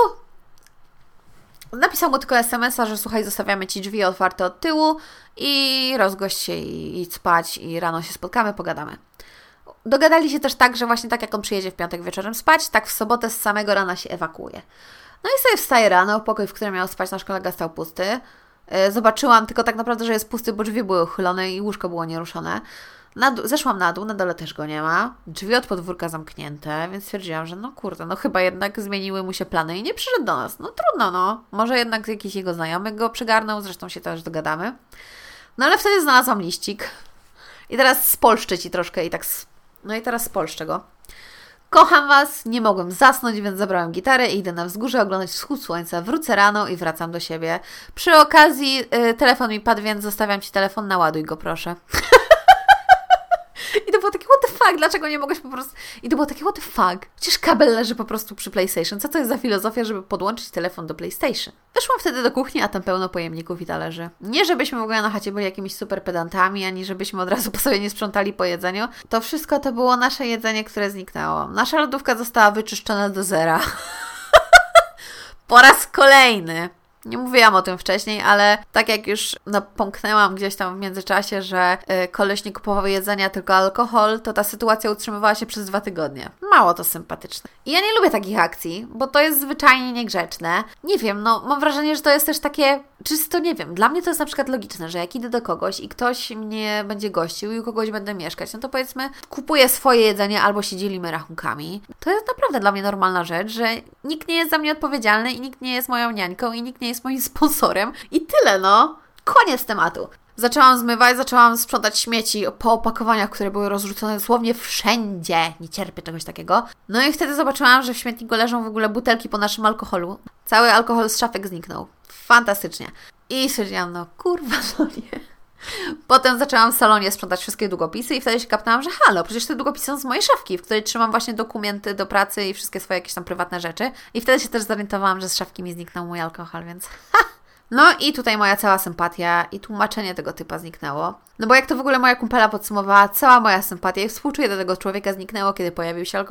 A: Napisał mu tylko es em es a, że słuchaj, zostawiamy Ci drzwi otwarte od tyłu i rozgość się i idź spać i rano się spotkamy, pogadamy. Dogadali się też tak, że właśnie tak jak on przyjedzie w piątek wieczorem spać, tak w sobotę z samego rana się ewakuuje. No i sobie wstaje rano, pokój, w którym miał spać nasz kolega, stał pusty. Zobaczyłam tylko tak naprawdę, że jest pusty, bo drzwi były uchylone i łóżko było nieruszone. Na dół, zeszłam na dół, na dole też go nie ma. Drzwi od podwórka zamknięte, więc stwierdziłam, że no kurde, no chyba jednak zmieniły mu się plany i nie przyszedł do nas. No trudno, no. Może jednak jakiś jego znajomy go przygarnął, zresztą się też dogadamy. No ale wtedy znalazłam liścik. I teraz spolszczę Ci troszkę i tak... No i teraz spolszczę go. Kocham Was, nie mogłem zasnąć, więc zabrałem gitarę i idę na wzgórze oglądać wschód słońca. Wrócę rano i wracam do siebie. Przy okazji yy, telefon mi padł, więc zostawiam Ci telefon, naładuj go proszę. I to było takie, what the fuck, dlaczego nie mogłeś po prostu... I to było takie, what the fuck, przecież kabel leży po prostu przy PlayStation. Co to jest za filozofia, żeby podłączyć telefon do PlayStation? Weszłam wtedy do kuchni, a tam pełno pojemników i talerzy. Nie żebyśmy w ogóle na chacie byli jakimiś super pedantami, ani żebyśmy od razu po sobie nie sprzątali po jedzeniu. To wszystko to było nasze jedzenie, które zniknęło. Nasza lodówka została wyczyszczona do zera. Po raz kolejny. Nie mówiłam o tym wcześniej, ale tak jak już napomknęłam gdzieś tam w międzyczasie, że yy, koleś nie kupował jedzenia, tylko alkohol, to ta sytuacja utrzymywała się przez dwa tygodnie. Mało to sympatyczne. I ja nie lubię takich akcji, bo to jest zwyczajnie niegrzeczne. Nie wiem, no mam wrażenie, że to jest też takie czysto, nie wiem, dla mnie to jest na przykład logiczne, że jak idę do kogoś i ktoś mnie będzie gościł i u kogoś będę mieszkać, no to powiedzmy kupuję swoje jedzenie albo się dzielimy rachunkami. To jest naprawdę dla mnie normalna rzecz, że nikt nie jest za mnie odpowiedzialny i nikt nie jest moją niańką i nikt nie jest moim sponsorem i tyle, no. Koniec tematu. Zaczęłam zmywać, zaczęłam sprzątać śmieci po opakowaniach, które były rozrzucone dosłownie wszędzie. Nie cierpię czegoś takiego. No i wtedy zobaczyłam, że w śmietniku leżą w ogóle butelki po naszym alkoholu. Cały alkohol z szafek zniknął. Fantastycznie. I stwierdziłam, no kurwa, no nie. Potem zaczęłam w salonie sprzątać wszystkie długopisy i wtedy się kapnęłam, że halo, przecież te długopisy są z mojej szafki, w której trzymam właśnie dokumenty do pracy i wszystkie swoje jakieś tam prywatne rzeczy. I wtedy się też zorientowałam, że z szafki mi zniknął mój alkohol, więc ha! No i tutaj moja cała sympatia i tłumaczenie tego typa zniknęło. No bo jak to w ogóle moja kumpela podsumowała, cała moja sympatia i współczuję do tego człowieka zniknęło, kiedy pojawił się alkohol.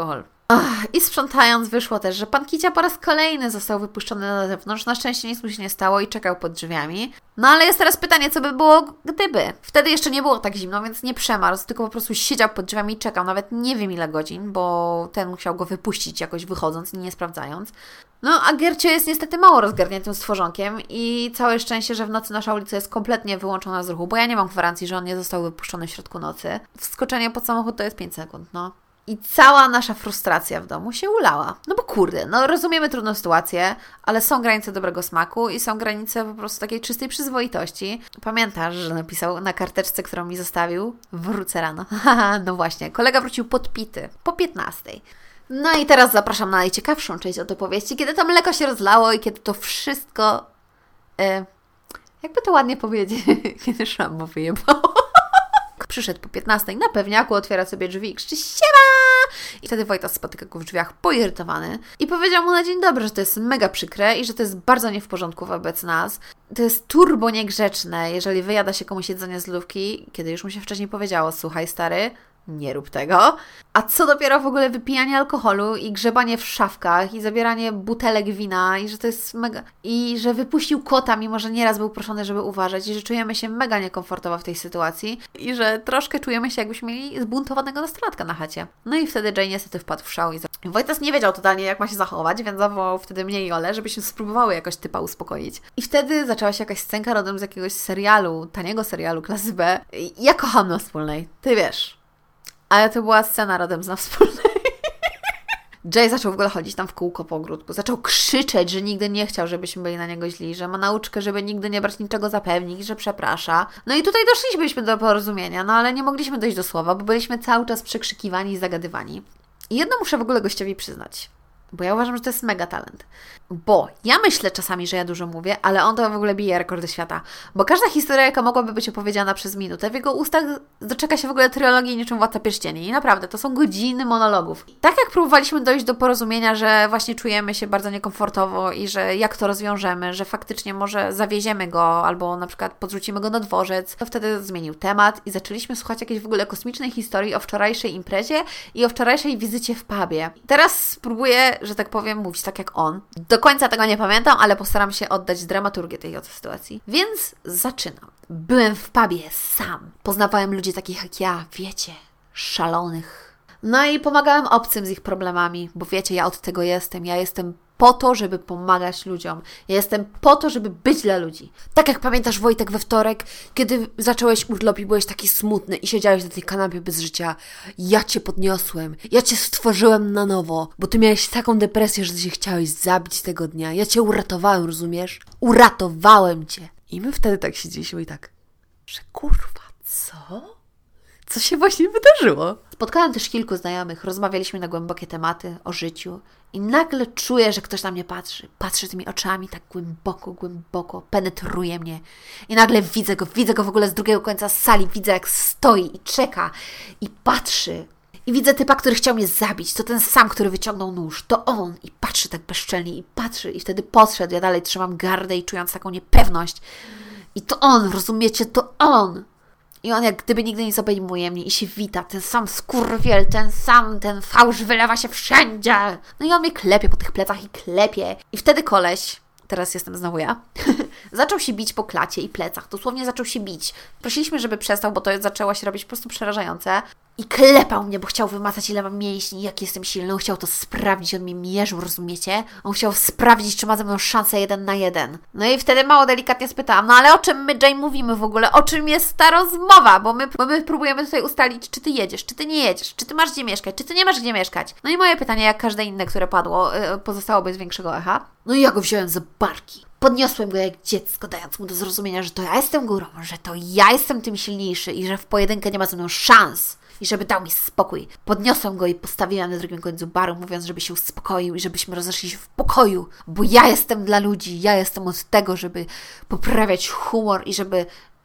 A: Ach, i sprzątając wyszło też, że pan Kicia po raz kolejny został wypuszczony na zewnątrz. Na szczęście nic mu się nie stało i czekał pod drzwiami. No ale jest teraz pytanie, co by było gdyby. Wtedy jeszcze nie było tak zimno, więc nie przemarzł, tylko po prostu siedział pod drzwiami i czekał. Nawet nie wiem ile godzin, bo ten musiał go wypuścić jakoś wychodząc i nie sprawdzając. No a Giercio jest niestety mało rozgarniętym stworzonkiem i całe szczęście, że w nocy nasza ulica jest kompletnie wyłączona z ruchu, bo ja nie mam gwarancji, że on nie został wypuszczony w środku nocy. Wskoczenie pod samochód to jest pięć sekund, no. I cała nasza frustracja w domu się ulała. No bo kurde, no rozumiemy trudną sytuację, ale są granice dobrego smaku i są granice po prostu takiej czystej przyzwoitości. Pamiętasz, że napisał na karteczce, którą mi zostawił? Wrócę rano. Haha, no właśnie, kolega wrócił podpity, po piętnastej. No i teraz zapraszam na najciekawszą część od opowieści, kiedy to mleko się rozlało i kiedy to wszystko... E, jakby to ładnie powiedzieć, kiedy szambo wyjebało. Przyszedł po piętnastej na pewniaku, otwiera sobie drzwi i krzyczy siema! I wtedy Wojtas spotyka go w drzwiach poirytowany i powiedział mu na dzień dobry, że to jest mega przykre i że to jest bardzo nie w porządku wobec nas. To jest turbo niegrzeczne, jeżeli wyjada się komuś jedzenie z lówki, kiedy już mu się wcześniej powiedziało, słuchaj stary, nie rób tego. A co dopiero w ogóle wypijanie alkoholu i grzebanie w szafkach i zabieranie butelek wina i że to jest mega... I że wypuścił kota, mimo że nieraz był proszony, żeby uważać i że czujemy się mega niekomfortowo w tej sytuacji i że troszkę czujemy się, jakbyśmy mieli zbuntowanego nastolatka na chacie. No i wtedy Jay niestety wpadł w szał i... Wojtas nie wiedział totalnie, jak ma się zachować, więc zawołał wtedy mnie i Olę, żebyśmy spróbowały jakoś typa uspokoić. I wtedy zaczęła się jakaś scenka rodem z jakiegoś serialu, taniego serialu klasy B. I ja kocham na wspólnej, ty wiesz. Ale to była scena rodem z na wspólnej. Jay zaczął w ogóle chodzić tam w kółko po ogródku. Zaczął krzyczeć, że nigdy nie chciał, żebyśmy byli na niego źli, że ma nauczkę, żeby nigdy nie brać niczego za pewnik, że przeprasza. No i tutaj doszliśmy do porozumienia, no ale nie mogliśmy dojść do słowa, bo byliśmy cały czas przekrzykiwani i zagadywani. I jedno muszę w ogóle gościowi przyznać, bo ja uważam, że to jest mega talent. Bo ja myślę czasami, że ja dużo mówię, ale on to w ogóle bije rekordy świata. Bo każda historia, jaka mogłaby być opowiedziana przez minutę, w jego ustach doczeka się w ogóle trylogii niczym Władca Pierścieni. I naprawdę, to są godziny monologów. Tak jak próbowaliśmy dojść do porozumienia, że właśnie czujemy się bardzo niekomfortowo i że jak to rozwiążemy, że faktycznie może zawieziemy go albo na przykład podrzucimy go na dworzec, to wtedy zmienił temat i zaczęliśmy słuchać jakiejś w ogóle kosmicznej historii o wczorajszej imprezie i o wczorajszej wizycie w pubie. Teraz spróbuję, że tak powiem, mówić tak jak on. Do końca tego nie pamiętam, ale postaram się oddać dramaturgię tej oto sytuacji. Więc zaczynam. Byłem w pubie sam. Poznawałem ludzi takich jak ja, wiecie, szalonych. No i pomagałem obcym z ich problemami, bo wiecie, ja od tego jestem. Ja jestem po to, żeby pomagać ludziom. Ja jestem po to, żeby być dla ludzi. Tak jak pamiętasz, Wojtek, we wtorek, kiedy zacząłeś urlop i byłeś taki smutny i siedziałeś na tej kanapie bez życia. Ja Cię podniosłem. Ja Cię stworzyłem na nowo, bo Ty miałeś taką depresję, że Ty się chciałeś zabić tego dnia. Ja Cię uratowałem, rozumiesz? Uratowałem Cię. I my wtedy tak siedzieliśmy i tak, że kurwa, co? Co się właśnie wydarzyło? Spotkałem też kilku znajomych, rozmawialiśmy na głębokie tematy o życiu i nagle czuję, że ktoś na mnie patrzy. Patrzy tymi oczami tak głęboko, głęboko, penetruje mnie. I nagle widzę go, widzę go w ogóle z drugiego końca sali, widzę jak stoi i czeka i patrzy. I widzę typa, który chciał mnie zabić. To ten sam, który wyciągnął nóż. To on. I patrzy tak bezczelnie i patrzy. I wtedy podszedł. Ja dalej trzymam gardę i czując taką niepewność. I to on, rozumiecie? To on. I on jak gdyby nigdy nie obejmuje mnie i się wita. Ten sam skurwiel, ten sam, ten fałsz wylewa się wszędzie. No i on mnie klepie po tych plecach i klepie. I wtedy koleś, teraz jestem znowu ja, zaczął się bić po klacie i plecach. Dosłownie zaczął się bić. Prosiliśmy, żeby przestał, bo to zaczęło się robić po prostu przerażające. I klepał mnie, bo chciał wymazać, ile mam mięśni, jak jestem silny. On chciał to sprawdzić, on mnie mierzył, rozumiecie? On chciał sprawdzić, czy ma ze mną szansę jeden na jeden. No i wtedy mało delikatnie spytałam, no ale o czym my, Jay, mówimy w ogóle? O czym jest ta rozmowa? Bo my, bo my próbujemy tutaj ustalić, czy ty jedziesz, czy ty nie jedziesz, czy ty masz gdzie mieszkać, czy ty nie masz gdzie mieszkać. No i moje pytanie, jak każde inne, które padło, pozostało bez większego echa. No i ja go wziąłem za barki. Podniosłem go jak dziecko, dając mu do zrozumienia, że to ja jestem górą, że to ja jestem tym silniejszy i że w pojedynkę nie ma ze mną szans. I żeby dał mi spokój. Podniosłem go i postawiłam na drugim końcu baru, mówiąc, żeby się uspokoił i żebyśmy rozeszli się w pokoju. Bo ja jestem dla ludzi, ja jestem od tego, żeby poprawiać humor i żeby...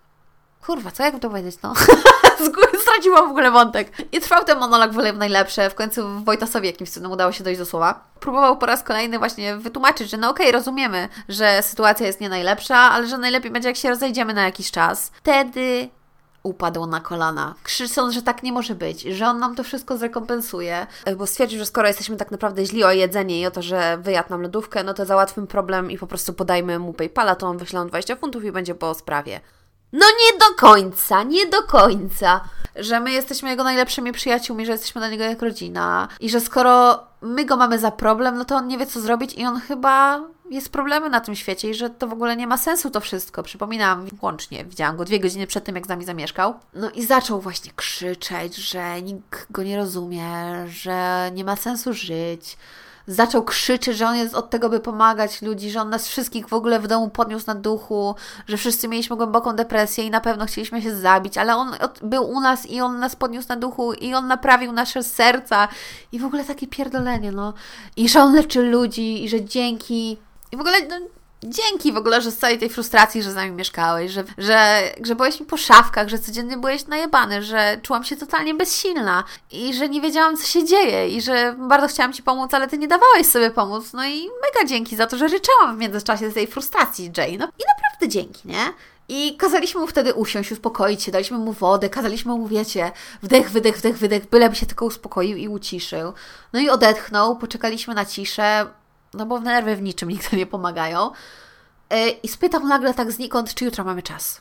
A: Kurwa, co jakby to powiedzieć, no? Straciłam w ogóle wątek. I trwał ten monolog w ogóle najlepsze. W końcu Wojtasowi jakimś cudem udało się dojść do słowa. Próbował po raz kolejny właśnie wytłumaczyć, że no okej, okay, rozumiemy, że sytuacja jest nie najlepsza, ale że najlepiej będzie, jak się rozejdziemy na jakiś czas. Wtedy upadł na kolana, krzycząc, że tak nie może być, że on nam to wszystko zrekompensuje, bo stwierdził, że skoro jesteśmy tak naprawdę źli o jedzenie i o to, że wyjadł nam lodówkę, no to załatwmy problem i po prostu podajmy mu PayPala, to on wyśle nam dwadzieścia funtów i będzie po sprawie. No nie do końca, nie do końca. Że my jesteśmy jego najlepszymi przyjaciółmi, że jesteśmy dla niego jak rodzina i że skoro my go mamy za problem, no to on nie wie co zrobić i on chyba jest problemem na tym świecie i że to w ogóle nie ma sensu to wszystko. Przypominam, łącznie widziałam go dwie godziny przed tym, jak z nami zamieszkał. No i zaczął właśnie krzyczeć, że nikt go nie rozumie, że nie ma sensu żyć. Zaczął krzyczeć, że on jest od tego, by pomagać ludzi, że on nas wszystkich w ogóle w domu podniósł na duchu, że wszyscy mieliśmy głęboką depresję i na pewno chcieliśmy się zabić, ale on był u nas i on nas podniósł na duchu i on naprawił nasze serca i w ogóle takie pierdolenie, no. I że on leczy ludzi i że dzięki... I w ogóle... No, dzięki w ogóle, że z całej tej frustracji, że z nami mieszkałeś, że, że, że byłeś mi po szafkach, że codziennie byłeś najebany, że czułam się totalnie bezsilna i że nie wiedziałam, co się dzieje i że bardzo chciałam Ci pomóc, ale Ty nie dawałeś sobie pomóc. No i mega dzięki za to, że ryczałam w międzyczasie z tej frustracji, Jay. No i naprawdę dzięki, nie? I kazaliśmy mu wtedy usiąść, uspokoić się, daliśmy mu wodę, kazaliśmy mu, wiecie, wdech, wydech, wdech, wydech, byleby się tylko uspokoił i uciszył. No i odetchnął, poczekaliśmy na ciszę, no bo w nerwy w niczym nigdy nie pomagają. Yy, I spytał nagle tak znikąd, czy jutro mamy czas.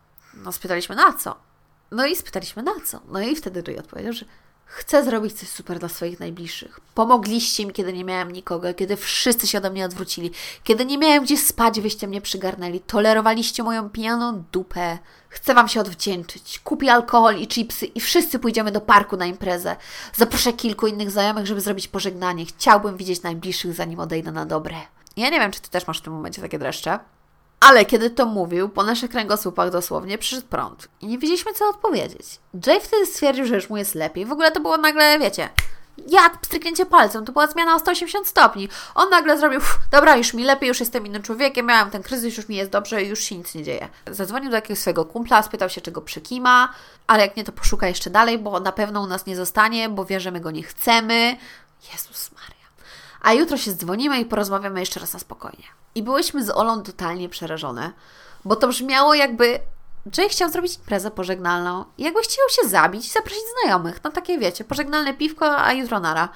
A: No spytaliśmy na co? No i spytaliśmy na co? No i wtedy Jay odpowiedział, że chcę zrobić coś super dla swoich najbliższych. Pomogliście mi, kiedy nie miałem nikogo, kiedy wszyscy się ode mnie odwrócili, kiedy nie miałem gdzie spać, wyście mnie przygarnęli, tolerowaliście moją pijaną dupę. Chcę Wam się odwdzięczyć. Kupię alkohol i chipsy i wszyscy pójdziemy do parku na imprezę. Zaproszę kilku innych znajomych, żeby zrobić pożegnanie. Chciałbym widzieć najbliższych, zanim odejdę na dobre. Ja nie wiem, czy Ty też masz w tym momencie takie dreszcze, ale kiedy to mówił, po naszych kręgosłupach dosłownie przyszedł prąd i nie wiedzieliśmy, co odpowiedzieć. Jay wtedy stwierdził, że już mu jest lepiej. W ogóle to było nagle, wiecie, jak stryknięcie palcem, to była zmiana o sto osiemdziesiąt stopni. On nagle zrobił, dobra, już mi lepiej, już jestem innym człowiekiem, miałam ten kryzys, już mi jest dobrze, już się nic nie dzieje. Zadzwonił do jakiegoś swojego kumpla, spytał się, czego przykima, ale jak nie, to poszuka jeszcze dalej, bo na pewno u nas nie zostanie, bo wie, że my go nie chcemy. Jezus Maria. A jutro się dzwonimy i porozmawiamy jeszcze raz na spokojnie. I byłyśmy z Olą totalnie przerażone, bo to brzmiało jakby Jay chciał zrobić imprezę pożegnalną i jakby chciał się zabić i zaprosić znajomych. No takie wiecie, pożegnalne piwko, a jutro nara.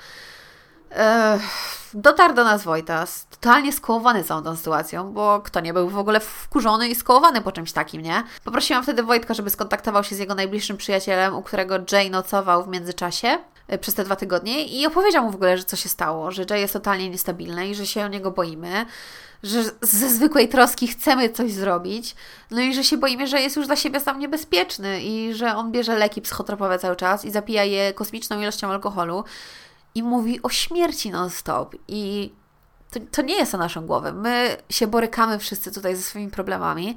A: Ech, dotarł do nas Wojtas, totalnie skołowany całą tą sytuacją, bo kto nie był w ogóle wkurzony i skołowany po czymś takim, nie? Poprosiłam wtedy Wojtka, żeby skontaktował się z jego najbliższym przyjacielem, u którego Jay nocował w międzyczasie przez te dwa tygodnie i opowiedział mu w ogóle, że co się stało, że Jay jest totalnie niestabilny i że się o niego boimy, że ze zwykłej troski chcemy coś zrobić, no i że się boimy, że jest już dla siebie sam niebezpieczny i że on bierze leki psychotropowe cały czas i zapija je kosmiczną ilością alkoholu i mówi o śmierci non-stop i to, to nie jest o naszą głowę. My się borykamy wszyscy tutaj ze swoimi problemami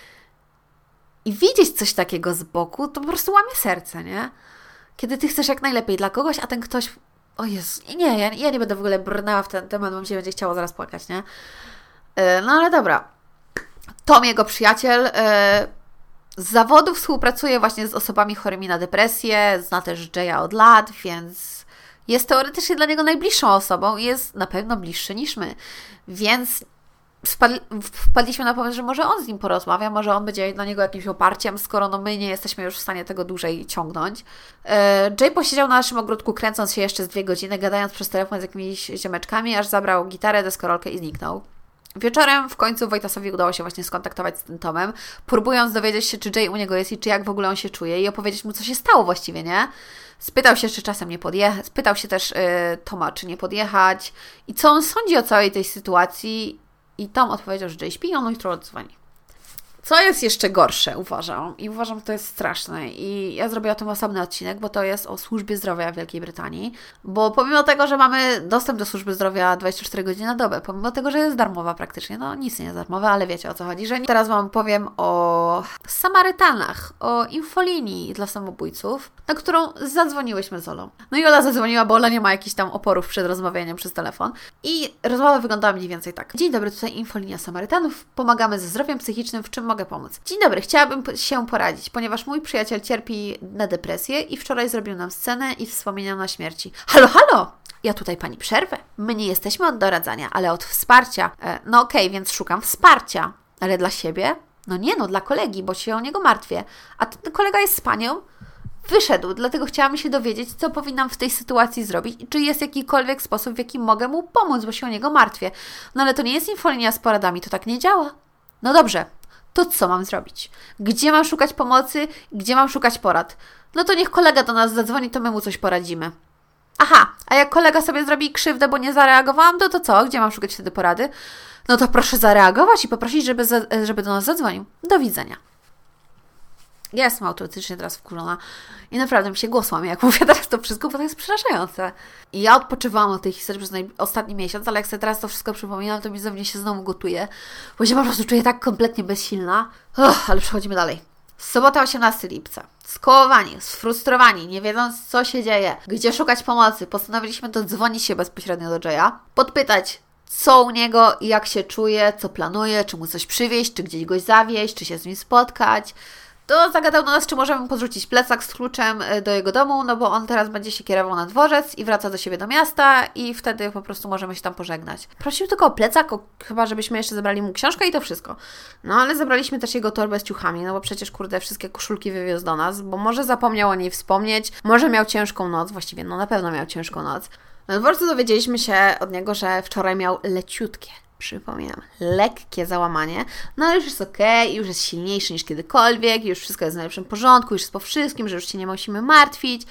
A: i widzieć coś takiego z boku, to po prostu łamie serce, nie? Kiedy Ty chcesz jak najlepiej dla kogoś, a ten ktoś... O Jezu, nie, ja, ja nie będę w ogóle brnęła w ten temat, bo mi się będzie chciało zaraz płakać, nie? Yy, no ale dobra. Tom, jego przyjaciel, yy, z zawodu współpracuje właśnie z osobami chorymi na depresję, zna też Jaya od lat, więc jest teoretycznie dla niego najbliższą osobą i jest na pewno bliższy niż my. Więc Wpadli, wpadliśmy na pomysł, że może on z nim porozmawia, może on będzie dla niego jakimś oparciem, skoro no my nie jesteśmy już w stanie tego dłużej ciągnąć. Jay posiedział na naszym ogródku, kręcąc się jeszcze z dwie godziny, gadając przez telefon z jakimiś ziomeczkami, aż zabrał gitarę, deskorolkę i zniknął. Wieczorem w końcu Wojtasowi udało się właśnie skontaktować z tym Tomem, próbując dowiedzieć się, czy Jay u niego jest i czy jak w ogóle on się czuje i opowiedzieć mu, co się stało właściwie, nie? Spytał się, czy czasem nie podjechać, spytał się też yy, Toma, czy nie podjechać i co on sądzi o całej tej sytuacji. I Tom odpowiedział, że Jay śpi i on jutro odzwoni. Co jest jeszcze gorsze, uważam. I uważam, że to jest straszne. I ja zrobię o tym osobny odcinek, bo to jest o służbie zdrowia w Wielkiej Brytanii. Bo pomimo tego, że mamy dostęp do służby zdrowia dwadzieścia cztery godziny na dobę, pomimo tego, że jest darmowa praktycznie, no nic nie jest darmowe, ale wiecie o co chodzi, że teraz Wam powiem o Samarytanach, o infolinii dla samobójców, na którą zadzwoniłyśmy z Olą. No i Ola zadzwoniła, bo Ola nie ma jakichś tam oporów przed rozmawianiem przez telefon. I rozmowa wyglądała mniej więcej tak. Dzień dobry, tutaj infolinia Samarytanów. Pomagamy ze zdrowiem psychicznym, w czym mogę pomóc? Dzień dobry, chciałabym się poradzić, ponieważ mój przyjaciel cierpi na depresję i wczoraj zrobił nam scenę i wspomniał na śmierci. Halo, halo! Ja tutaj Pani przerwę. My nie jesteśmy od doradzania, ale od wsparcia. E, no okej, okay, więc szukam wsparcia. Ale dla siebie? No nie no, dla kolegi, bo się o niego martwię. A ten kolega jest z panią, wyszedł, dlatego chciałam się dowiedzieć, co powinnam w tej sytuacji zrobić i czy jest jakikolwiek sposób, w jaki mogę mu pomóc, bo się o niego martwię. No ale to nie jest infolinia z poradami, to tak nie działa. No dobrze, to co mam zrobić? Gdzie mam szukać pomocy? Gdzie mam szukać porad? No to niech kolega do nas zadzwoni, to my mu coś poradzimy. Aha, a jak kolega sobie zrobi krzywdę, bo nie zareagowałam, to to co? Gdzie mam szukać wtedy porady? No to proszę zareagować i poprosić, żeby, za, żeby do nas zadzwonił. Do widzenia. Ja jestem autentycznie teraz wkurzona i naprawdę mi się głos łamie, jak mówię teraz to wszystko, bo to jest przerażające. I ja odpoczywałam od tej historii przez naj... ostatni miesiąc, ale jak sobie teraz to wszystko przypominam, to mi ze mnie się znowu gotuje, bo się po prostu czuję tak kompletnie bezsilna. Uch, ale przechodzimy dalej. Sobota, osiemnastego lipca. Skołowani, sfrustrowani, nie wiedząc, co się dzieje, gdzie szukać pomocy, postanowiliśmy dodzwonić się bezpośrednio do Jaya, podpytać, co u niego, jak się czuje, co planuje, czy mu coś przywieźć, czy gdzieś go zawieźć, czy się z nim spotkać. To zagadał do nas, czy możemy podrzucić plecak z kluczem do jego domu, no bo on teraz będzie się kierował na dworzec i wraca do siebie do miasta i wtedy po prostu możemy się tam pożegnać. Prosił tylko o plecak, o, chyba żebyśmy jeszcze zabrali mu książkę i to wszystko. No ale zabraliśmy też jego torbę z ciuchami, no bo przecież kurde wszystkie koszulki wywiózł do nas, bo może zapomniał o niej wspomnieć, może miał ciężką noc, właściwie no na pewno miał ciężką noc. Na dworcu dowiedzieliśmy się od niego, że wczoraj miał leciutkie, przypominam, lekkie załamanie, no ale już jest okej, okay, już jest silniejszy niż kiedykolwiek, już wszystko jest w najlepszym porządku, już jest po wszystkim, że już się nie musimy martwić.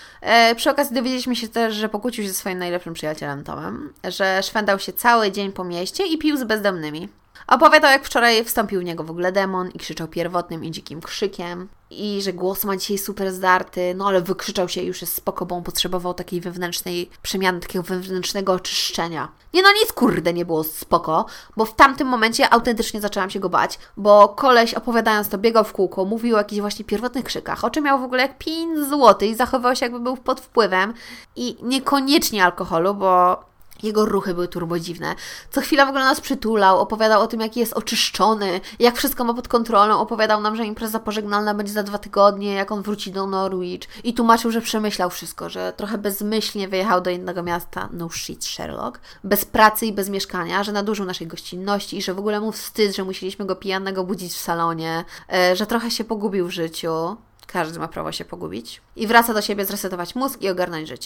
A: E, przy okazji dowiedzieliśmy się też, że pokłócił się ze swoim najlepszym przyjacielem Tomem, że szwendał się cały dzień po mieście i pił z bezdomnymi. Opowiadał, jak wczoraj wstąpił w niego w ogóle demon i krzyczał pierwotnym i dzikim krzykiem i że głos ma dzisiaj super zdarty, no ale wykrzyczał się i już jest spoko, bo on potrzebował takiej wewnętrznej przemiany, takiego wewnętrznego oczyszczenia. Nie no nic kurde nie było spoko, bo w tamtym momencie autentycznie zaczęłam się go bać, bo koleś opowiadając to biegał w kółko, mówił o jakichś właśnie pierwotnych krzykach, oczy miał w ogóle jak pięć złotych i zachowywał się jakby był pod wpływem i niekoniecznie alkoholu, bo jego ruchy były turbodziwne. Co chwila w ogóle nas przytulał, opowiadał o tym, jaki jest oczyszczony, jak wszystko ma pod kontrolą, opowiadał nam, że impreza pożegnalna będzie za dwa tygodnie, jak on wróci do Norwich i tłumaczył, że przemyślał wszystko, że trochę bezmyślnie wyjechał do innego miasta, no shit Sherlock, bez pracy i bez mieszkania, że nadużył naszej gościnności i że w ogóle mu wstyd, że musieliśmy go pijanego budzić w salonie, że trochę się pogubił w życiu. Każdy ma prawo się pogubić. I wraca do siebie zresetować mózg i ogarnąć życie.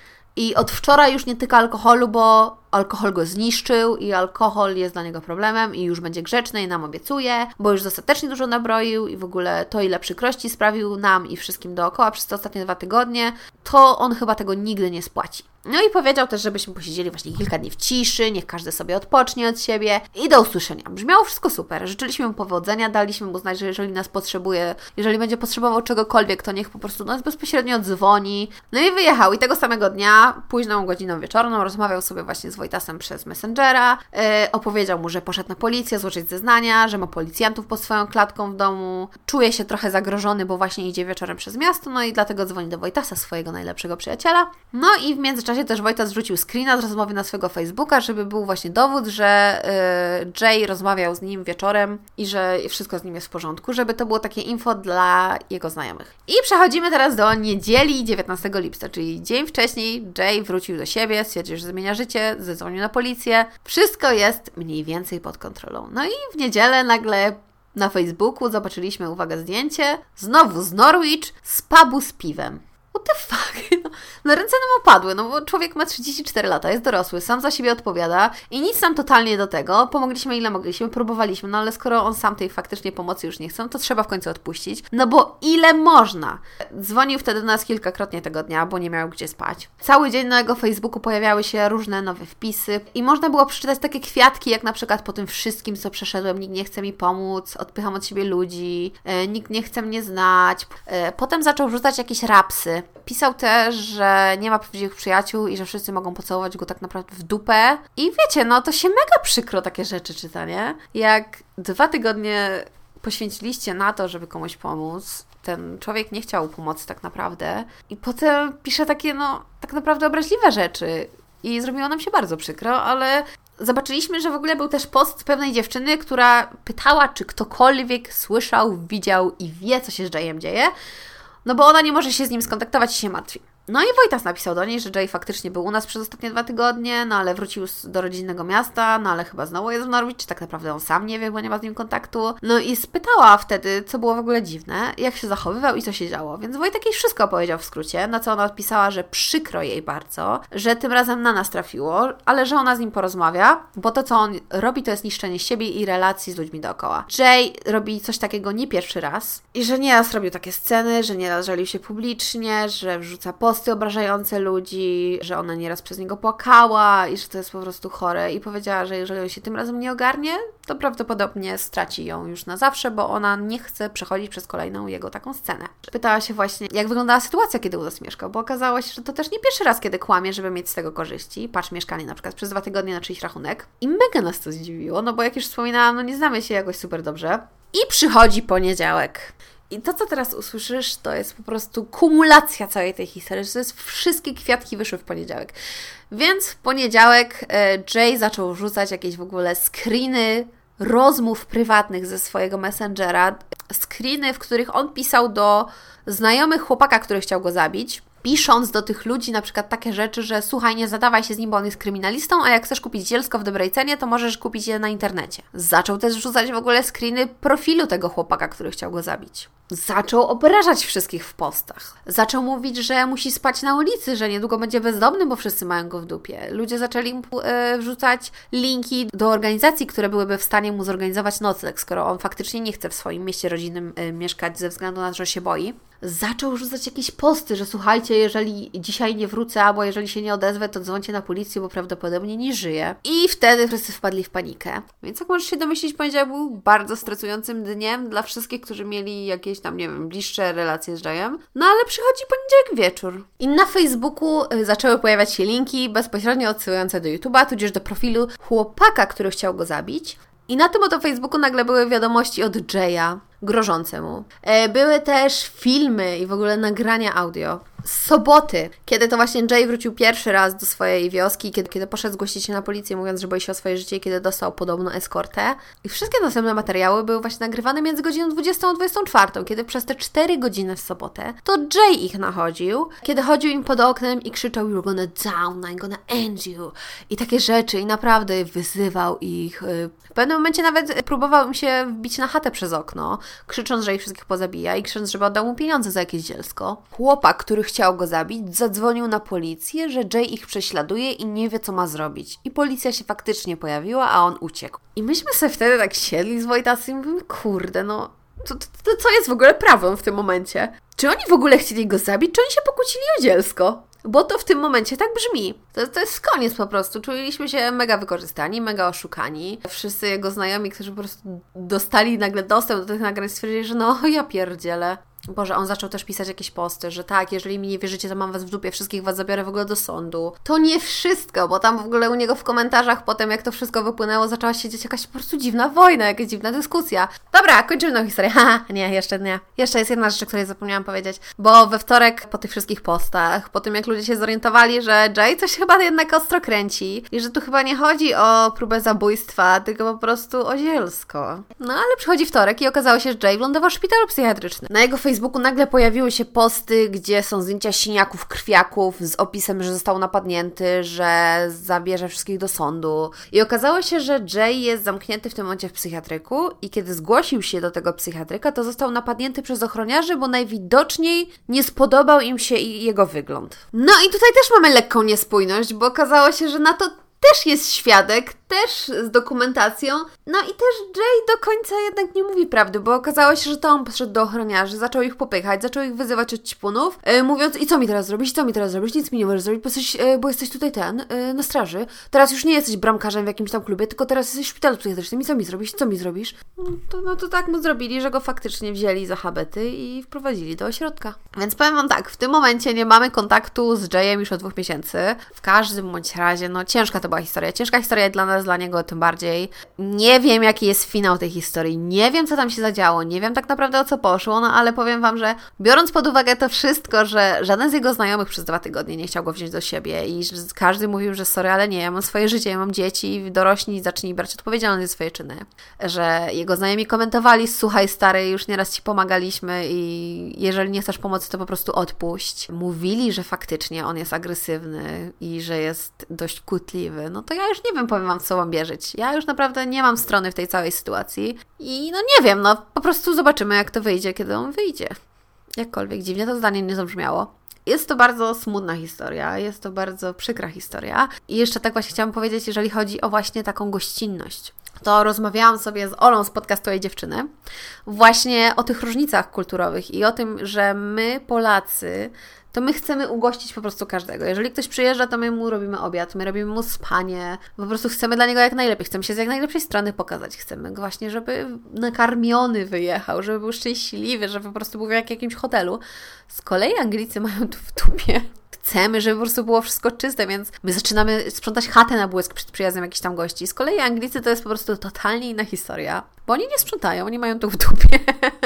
A: I od wczoraj już nie tyka alkoholu, bo alkohol go zniszczył i alkohol jest dla niego problemem i już będzie grzeczny i nam obiecuje, bo już dostatecznie dużo nabroił i w ogóle to, ile przykrości sprawił nam i wszystkim dookoła przez te ostatnie dwa tygodnie, to on chyba tego nigdy nie spłaci. No i powiedział też, żebyśmy posiedzieli właśnie kilka dni w ciszy, niech każdy sobie odpocznie od siebie i do usłyszenia. Brzmiało wszystko super. Życzyliśmy mu powodzenia, daliśmy mu znać, że jeżeli nas potrzebuje, jeżeli będzie potrzebował czegokolwiek, to niech po prostu nas bezpośrednio dzwoni. No i wyjechał i tego samego dnia, późną godziną wieczorną, rozmawiał sobie właśnie z Wojtasem przez Messengera, yy, opowiedział mu, że poszedł na policję złożyć zeznania, że ma policjantów pod swoją klatką w domu, czuje się trochę zagrożony, bo właśnie idzie wieczorem przez miasto, no i dlatego dzwoni do Wojtasa, swojego najlepszego przyjaciela. No i w międzyczasie też Wojtas wrzucił screena z rozmowy na swojego Facebooka, żeby był właśnie dowód, że yy, Jay rozmawiał z nim wieczorem i że wszystko z nim jest w porządku, żeby to było takie info dla jego znajomych. I przechodzimy teraz do niedzieli dziewiętnastego lipca, czyli dzień wcześniej Jay wrócił do siebie, stwierdził, że zmienia życie, zadzwonił na policję. Wszystko jest mniej więcej pod kontrolą. No i w niedzielę nagle na Facebooku zobaczyliśmy, uwaga, zdjęcie, znowu z Norwich, z pubu z piwem. What the fuck? No, no ręce nam opadły, no bo człowiek ma trzydzieści cztery lata, jest dorosły, sam za siebie odpowiada i nic nam totalnie do tego. Pomogliśmy ile mogliśmy, próbowaliśmy, no ale skoro on sam tej faktycznie pomocy już nie chce, to trzeba w końcu odpuścić. No bo ile można? Dzwonił wtedy do nas kilkakrotnie tego dnia, bo nie miał gdzie spać. Cały dzień na jego Facebooku pojawiały się różne nowe wpisy i można było przeczytać takie kwiatki, jak na przykład po tym wszystkim, co przeszedłem, nikt nie chce mi pomóc, odpycham od siebie ludzi, e, nikt nie chce mnie znać. E, potem zaczął rzucać jakieś rapsy. Pisał też, że nie ma prawdziwych przyjaciół i że wszyscy mogą pocałować go tak naprawdę w dupę. I wiecie, no to się mega przykro takie rzeczy czyta, nie? Jak dwa tygodnie poświęciliście na to, żeby komuś pomóc, ten człowiek nie chciał pomocy tak naprawdę i potem pisze takie, no, tak naprawdę obraźliwe rzeczy i zrobiło nam się bardzo przykro, ale zobaczyliśmy, że w ogóle był też post pewnej dziewczyny, która pytała, czy ktokolwiek słyszał, widział i wie, co się z Jayem dzieje, no bo ona nie może się z nim skontaktować i się martwi. No i Wojtas napisał do niej, że Jay faktycznie był u nas przez ostatnie dwa tygodnie, no ale wrócił do rodzinnego miasta, no ale chyba znowu jest w Norwich, czy tak naprawdę on sam nie wie, bo nie ma z nim kontaktu. No i spytała wtedy, co było w ogóle dziwne, jak się zachowywał i co się działo. Więc Wojtek jej wszystko opowiedział w skrócie, na co ona odpisała, że przykro jej bardzo, że tym razem na nas trafiło, ale że ona z nim porozmawia, bo to, co on robi, to jest niszczenie siebie i relacji z ludźmi dookoła. Jay robi coś takiego nie pierwszy raz i że nieraz robił takie sceny, że nieraz żalił się publicznie, że wrzuca posty obrażające ludzi, że ona nieraz przez niego płakała i że to jest po prostu chore i powiedziała, że jeżeli on się tym razem nie ogarnie, to prawdopodobnie straci ją już na zawsze, bo ona nie chce przechodzić przez kolejną jego taką scenę. Pytała się właśnie, jak wyglądała sytuacja, kiedy u nas mieszkał, bo okazało się, że to też nie pierwszy raz, kiedy kłamie, żeby mieć z tego korzyści. Patrz, mieszkanie na przykład przez dwa tygodnie na czyjś rachunek. I mega nas to zdziwiło, no bo jak już wspominałam, no nie znamy się jakoś super dobrze. I przychodzi poniedziałek. I to, co teraz usłyszysz, to jest po prostu kumulacja całej tej historii, że to jest wszystkie kwiatki wyszły w poniedziałek. Więc w poniedziałek Jay zaczął rzucać jakieś w ogóle screeny rozmów prywatnych ze swojego Messengera, screeny, w których on pisał do znajomych chłopaka, który chciał go zabić, pisząc do tych ludzi na przykład takie rzeczy, że słuchaj, nie zadawaj się z nim, bo on jest kryminalistą, a jak chcesz kupić zielsko w dobrej cenie, to możesz kupić je na internecie. Zaczął też rzucać w ogóle screeny profilu tego chłopaka, który chciał go zabić. Zaczął obrażać wszystkich w postach. Zaczął mówić, że musi spać na ulicy, że niedługo będzie bezdomny, bo wszyscy mają go w dupie. Ludzie zaczęli mu e, wrzucać linki do organizacji, które byłyby w stanie mu zorganizować nocleg, skoro on faktycznie nie chce w swoim mieście rodzinnym e, mieszkać ze względu na to, że się boi. Zaczął rzucać jakieś posty, że słuchajcie, jeżeli dzisiaj nie wrócę, albo jeżeli się nie odezwę, to dzwońcie na policję, bo prawdopodobnie nie żyje. I wtedy wszyscy wpadli w panikę. Więc jak możesz się domyślić, poniedziałek był bardzo stresującym dniem dla wszystkich, którzy mieli jakieś tam, nie wiem, bliższe relacje z Jayem. No ale przychodzi poniedziałek wieczór. I na Facebooku zaczęły pojawiać się linki bezpośrednio odsyłające do YouTube'a, tudzież do profilu chłopaka, który chciał go zabić. I na tym oto Facebooku nagle były wiadomości od Jaya grożące mu. Były też filmy i w ogóle nagrania audio z soboty, kiedy to właśnie Jay wrócił pierwszy raz do swojej wioski, kiedy, kiedy poszedł zgłosić się na policję, mówiąc, że boi się o swoje życie, kiedy dostał podobno eskortę. I wszystkie następne materiały były właśnie nagrywane między godziną dwudziestą a dwudziestą czwartą, kiedy przez te cztery godziny w sobotę to Jay ich nachodził, kiedy chodził im pod oknem i krzyczał "You're gonna down, I'm gonna end you" i takie rzeczy i naprawdę wyzywał ich. W pewnym momencie nawet próbował im się wbić na chatę przez okno, krzycząc, że ich wszystkich pozabija i krzycząc, żeby oddał mu pieniądze za jakieś dzielsko. Chłopak, który chciał go zabić, zadzwonił na policję, że Jay ich prześladuje i nie wie, co ma zrobić. I policja się faktycznie pojawiła, a on uciekł. I myśmy sobie wtedy tak siedli z Wojtasem i mówimy, kurde, no, to, to, to co jest w ogóle prawdą w tym momencie? Czy oni w ogóle chcieli go zabić, czy oni się pokłócili o dzielsko? Bo to w tym momencie tak brzmi. To, to jest koniec po prostu. Czuliśmy się mega wykorzystani, mega oszukani. Wszyscy jego znajomi, którzy po prostu dostali nagle dostęp do tych nagrań, stwierdzili, że no ja pierdzielę. Boże, on zaczął też pisać jakieś posty, że tak, jeżeli mi nie wierzycie, to mam was w dupie, wszystkich was zabiorę w ogóle do sądu. To nie wszystko, bo tam w ogóle u niego w komentarzach potem, jak to wszystko wypłynęło, zaczęła się dziać jakaś po prostu dziwna wojna, jakaś dziwna dyskusja. Dobra, kończymy tą historię. Haha, nie, jeszcze nie. Jeszcze jest jedna rzecz, o której zapomniałam powiedzieć, bo we wtorek po tych wszystkich postach, po tym jak ludzie się zorientowali, że Jay coś chyba jednak ostro kręci i że tu chyba nie chodzi o próbę zabójstwa, tylko po prostu o zielsko. No ale przychodzi wtorek i okazało się, że Jay wylądował w szpitalu psychiatrycznym. Na jego Facebooku nagle pojawiły się posty, gdzie są zdjęcia siniaków, krwiaków z opisem, że został napadnięty, że zabierze wszystkich do sądu. I okazało się, że Jay jest zamknięty w tym momencie w psychiatryku i kiedy zgłosił się do tego psychiatryka, to został napadnięty przez ochroniarzy, bo najwidoczniej nie spodobał im się jego wygląd. No i tutaj też mamy lekką niespójność, bo okazało się, że na to też jest świadek, też z dokumentacją. No i też Jay do końca jednak nie mówi prawdy, bo okazało się, że to on poszedł do ochroniarzy, zaczął ich popychać, zaczął ich wyzywać od ćpunów, yy, mówiąc, i co mi teraz zrobić, co mi teraz zrobić, nic mi nie możesz zrobić, bo jesteś, yy, bo jesteś tutaj ten, yy, na straży. Teraz już nie jesteś bramkarzem w jakimś tam klubie, tylko teraz jesteś w szpitalu psychiatrycznym i co mi zrobisz, co mi zrobisz? No to, no to tak mu zrobili, że go faktycznie wzięli za habety i wprowadzili do ośrodka. Więc powiem wam tak, w tym momencie nie mamy kontaktu z Jayem już od dwóch miesięcy. W każdym bądź razie, no ciężka to była historia, ciężka historia dla nas teraz dla niego tym bardziej. Nie wiem, jaki jest finał tej historii, nie wiem, co tam się zadziało, nie wiem tak naprawdę, o co poszło, no ale powiem Wam, że biorąc pod uwagę to wszystko, że żaden z jego znajomych przez dwa tygodnie nie chciał go wziąć do siebie i że każdy mówił, że sorry, ale nie, ja mam swoje życie, ja mam dzieci, dorośli, zacznij brać odpowiedzialność za swoje czyny. Że jego znajomi komentowali, słuchaj stary, już nieraz Ci pomagaliśmy i jeżeli nie chcesz pomocy, to po prostu odpuść. Mówili, że faktycznie on jest agresywny i że jest dość kłótliwy, no to ja już nie wiem, powiem Wam, co mam wierzyć. Ja już naprawdę nie mam strony w tej całej sytuacji i no nie wiem, no po prostu zobaczymy, jak to wyjdzie, kiedy on wyjdzie. Jakkolwiek dziwnie to zdanie nie zabrzmiało. Jest to bardzo smutna historia, jest to bardzo przykra historia i jeszcze tak właśnie chciałam powiedzieć, jeżeli chodzi o właśnie taką gościnność. To rozmawiałam sobie z Olą z podcastu Jej Dziewczyny właśnie o tych różnicach kulturowych i o tym, że my Polacy to my chcemy ugościć po prostu każdego. Jeżeli ktoś przyjeżdża, to my mu robimy obiad, my robimy mu spanie, po prostu chcemy dla niego jak najlepiej, chcemy się z jak najlepszej strony pokazać, chcemy go właśnie, żeby nakarmiony wyjechał, żeby był szczęśliwy, żeby po prostu był jak w jakimś hotelu. Z kolei Anglicy mają tu w dupie. Chcemy, żeby po prostu było wszystko czyste, więc my zaczynamy sprzątać chatę na błysk przed przyjazdem jakichś tam gości. Z kolei Anglicy to jest po prostu totalnie inna historia, bo oni nie sprzątają, oni mają to w dupie.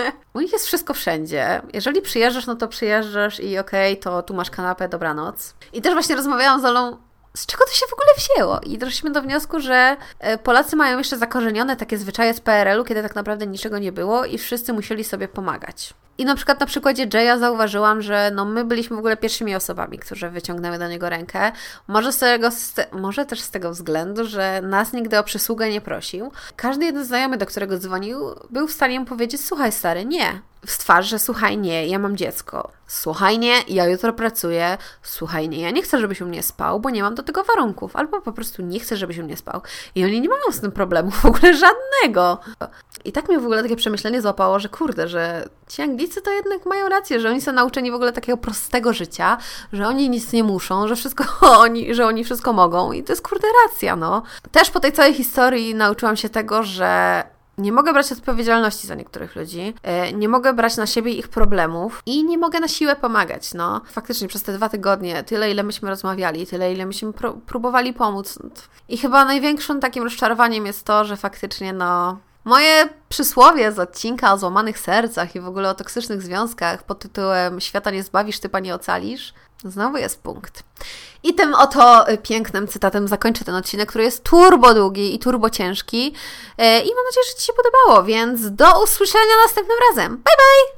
A: U nich jest wszystko wszędzie. Jeżeli przyjeżdżasz, no to przyjeżdżasz i okej, okay, to tu masz kanapę, dobranoc. I też właśnie rozmawiałam z Olą, z czego to się w ogóle wzięło? I doszliśmy do wniosku, że Polacy mają jeszcze zakorzenione takie zwyczaje z P R L u, kiedy tak naprawdę niczego nie było i wszyscy musieli sobie pomagać. I na przykład na przykładzie Jaya zauważyłam, że no my byliśmy w ogóle pierwszymi osobami, którzy wyciągnęły do niego rękę. Może, z tego, może też z tego względu, że nas nigdy o przysługę nie prosił. Każdy jeden znajomy, do którego dzwonił, był w stanie mu powiedzieć, słuchaj stary, nie. W twarz, że słuchaj, nie, ja mam dziecko. Słuchaj, nie, ja jutro pracuję. Słuchaj, nie, ja nie chcę, żebyś u mnie spał, bo nie mam do tego warunków. Albo po prostu nie chcę, żebyś u mnie spał. I oni nie mają z tym problemu w ogóle żadnego. I tak mnie w ogóle takie przemyślenie złapało, że kurde, że ci Anglicy to jednak mają rację, że oni są nauczeni w ogóle takiego prostego życia, że oni nic nie muszą, że wszystko oni, że oni wszystko mogą. I to jest kurde racja, no. Też po tej całej historii nauczyłam się tego, że nie mogę brać odpowiedzialności za niektórych ludzi, nie mogę brać na siebie ich problemów i nie mogę na siłę pomagać, no. Faktycznie przez te dwa tygodnie, tyle ile myśmy rozmawiali, tyle ile myśmy pró- próbowali pomóc. I chyba największym takim rozczarowaniem jest to, że faktycznie, no, moje przysłowie z odcinka o złamanych sercach i w ogóle o toksycznych związkach pod tytułem „Świata nie zbawisz, ty Panie ocalisz”, znowu jest punkt. I tym oto pięknym cytatem zakończę ten odcinek, który jest turbo długi i turbo ciężki. I mam nadzieję, że Ci się podobało, więc do usłyszenia następnym razem. Bye, bye!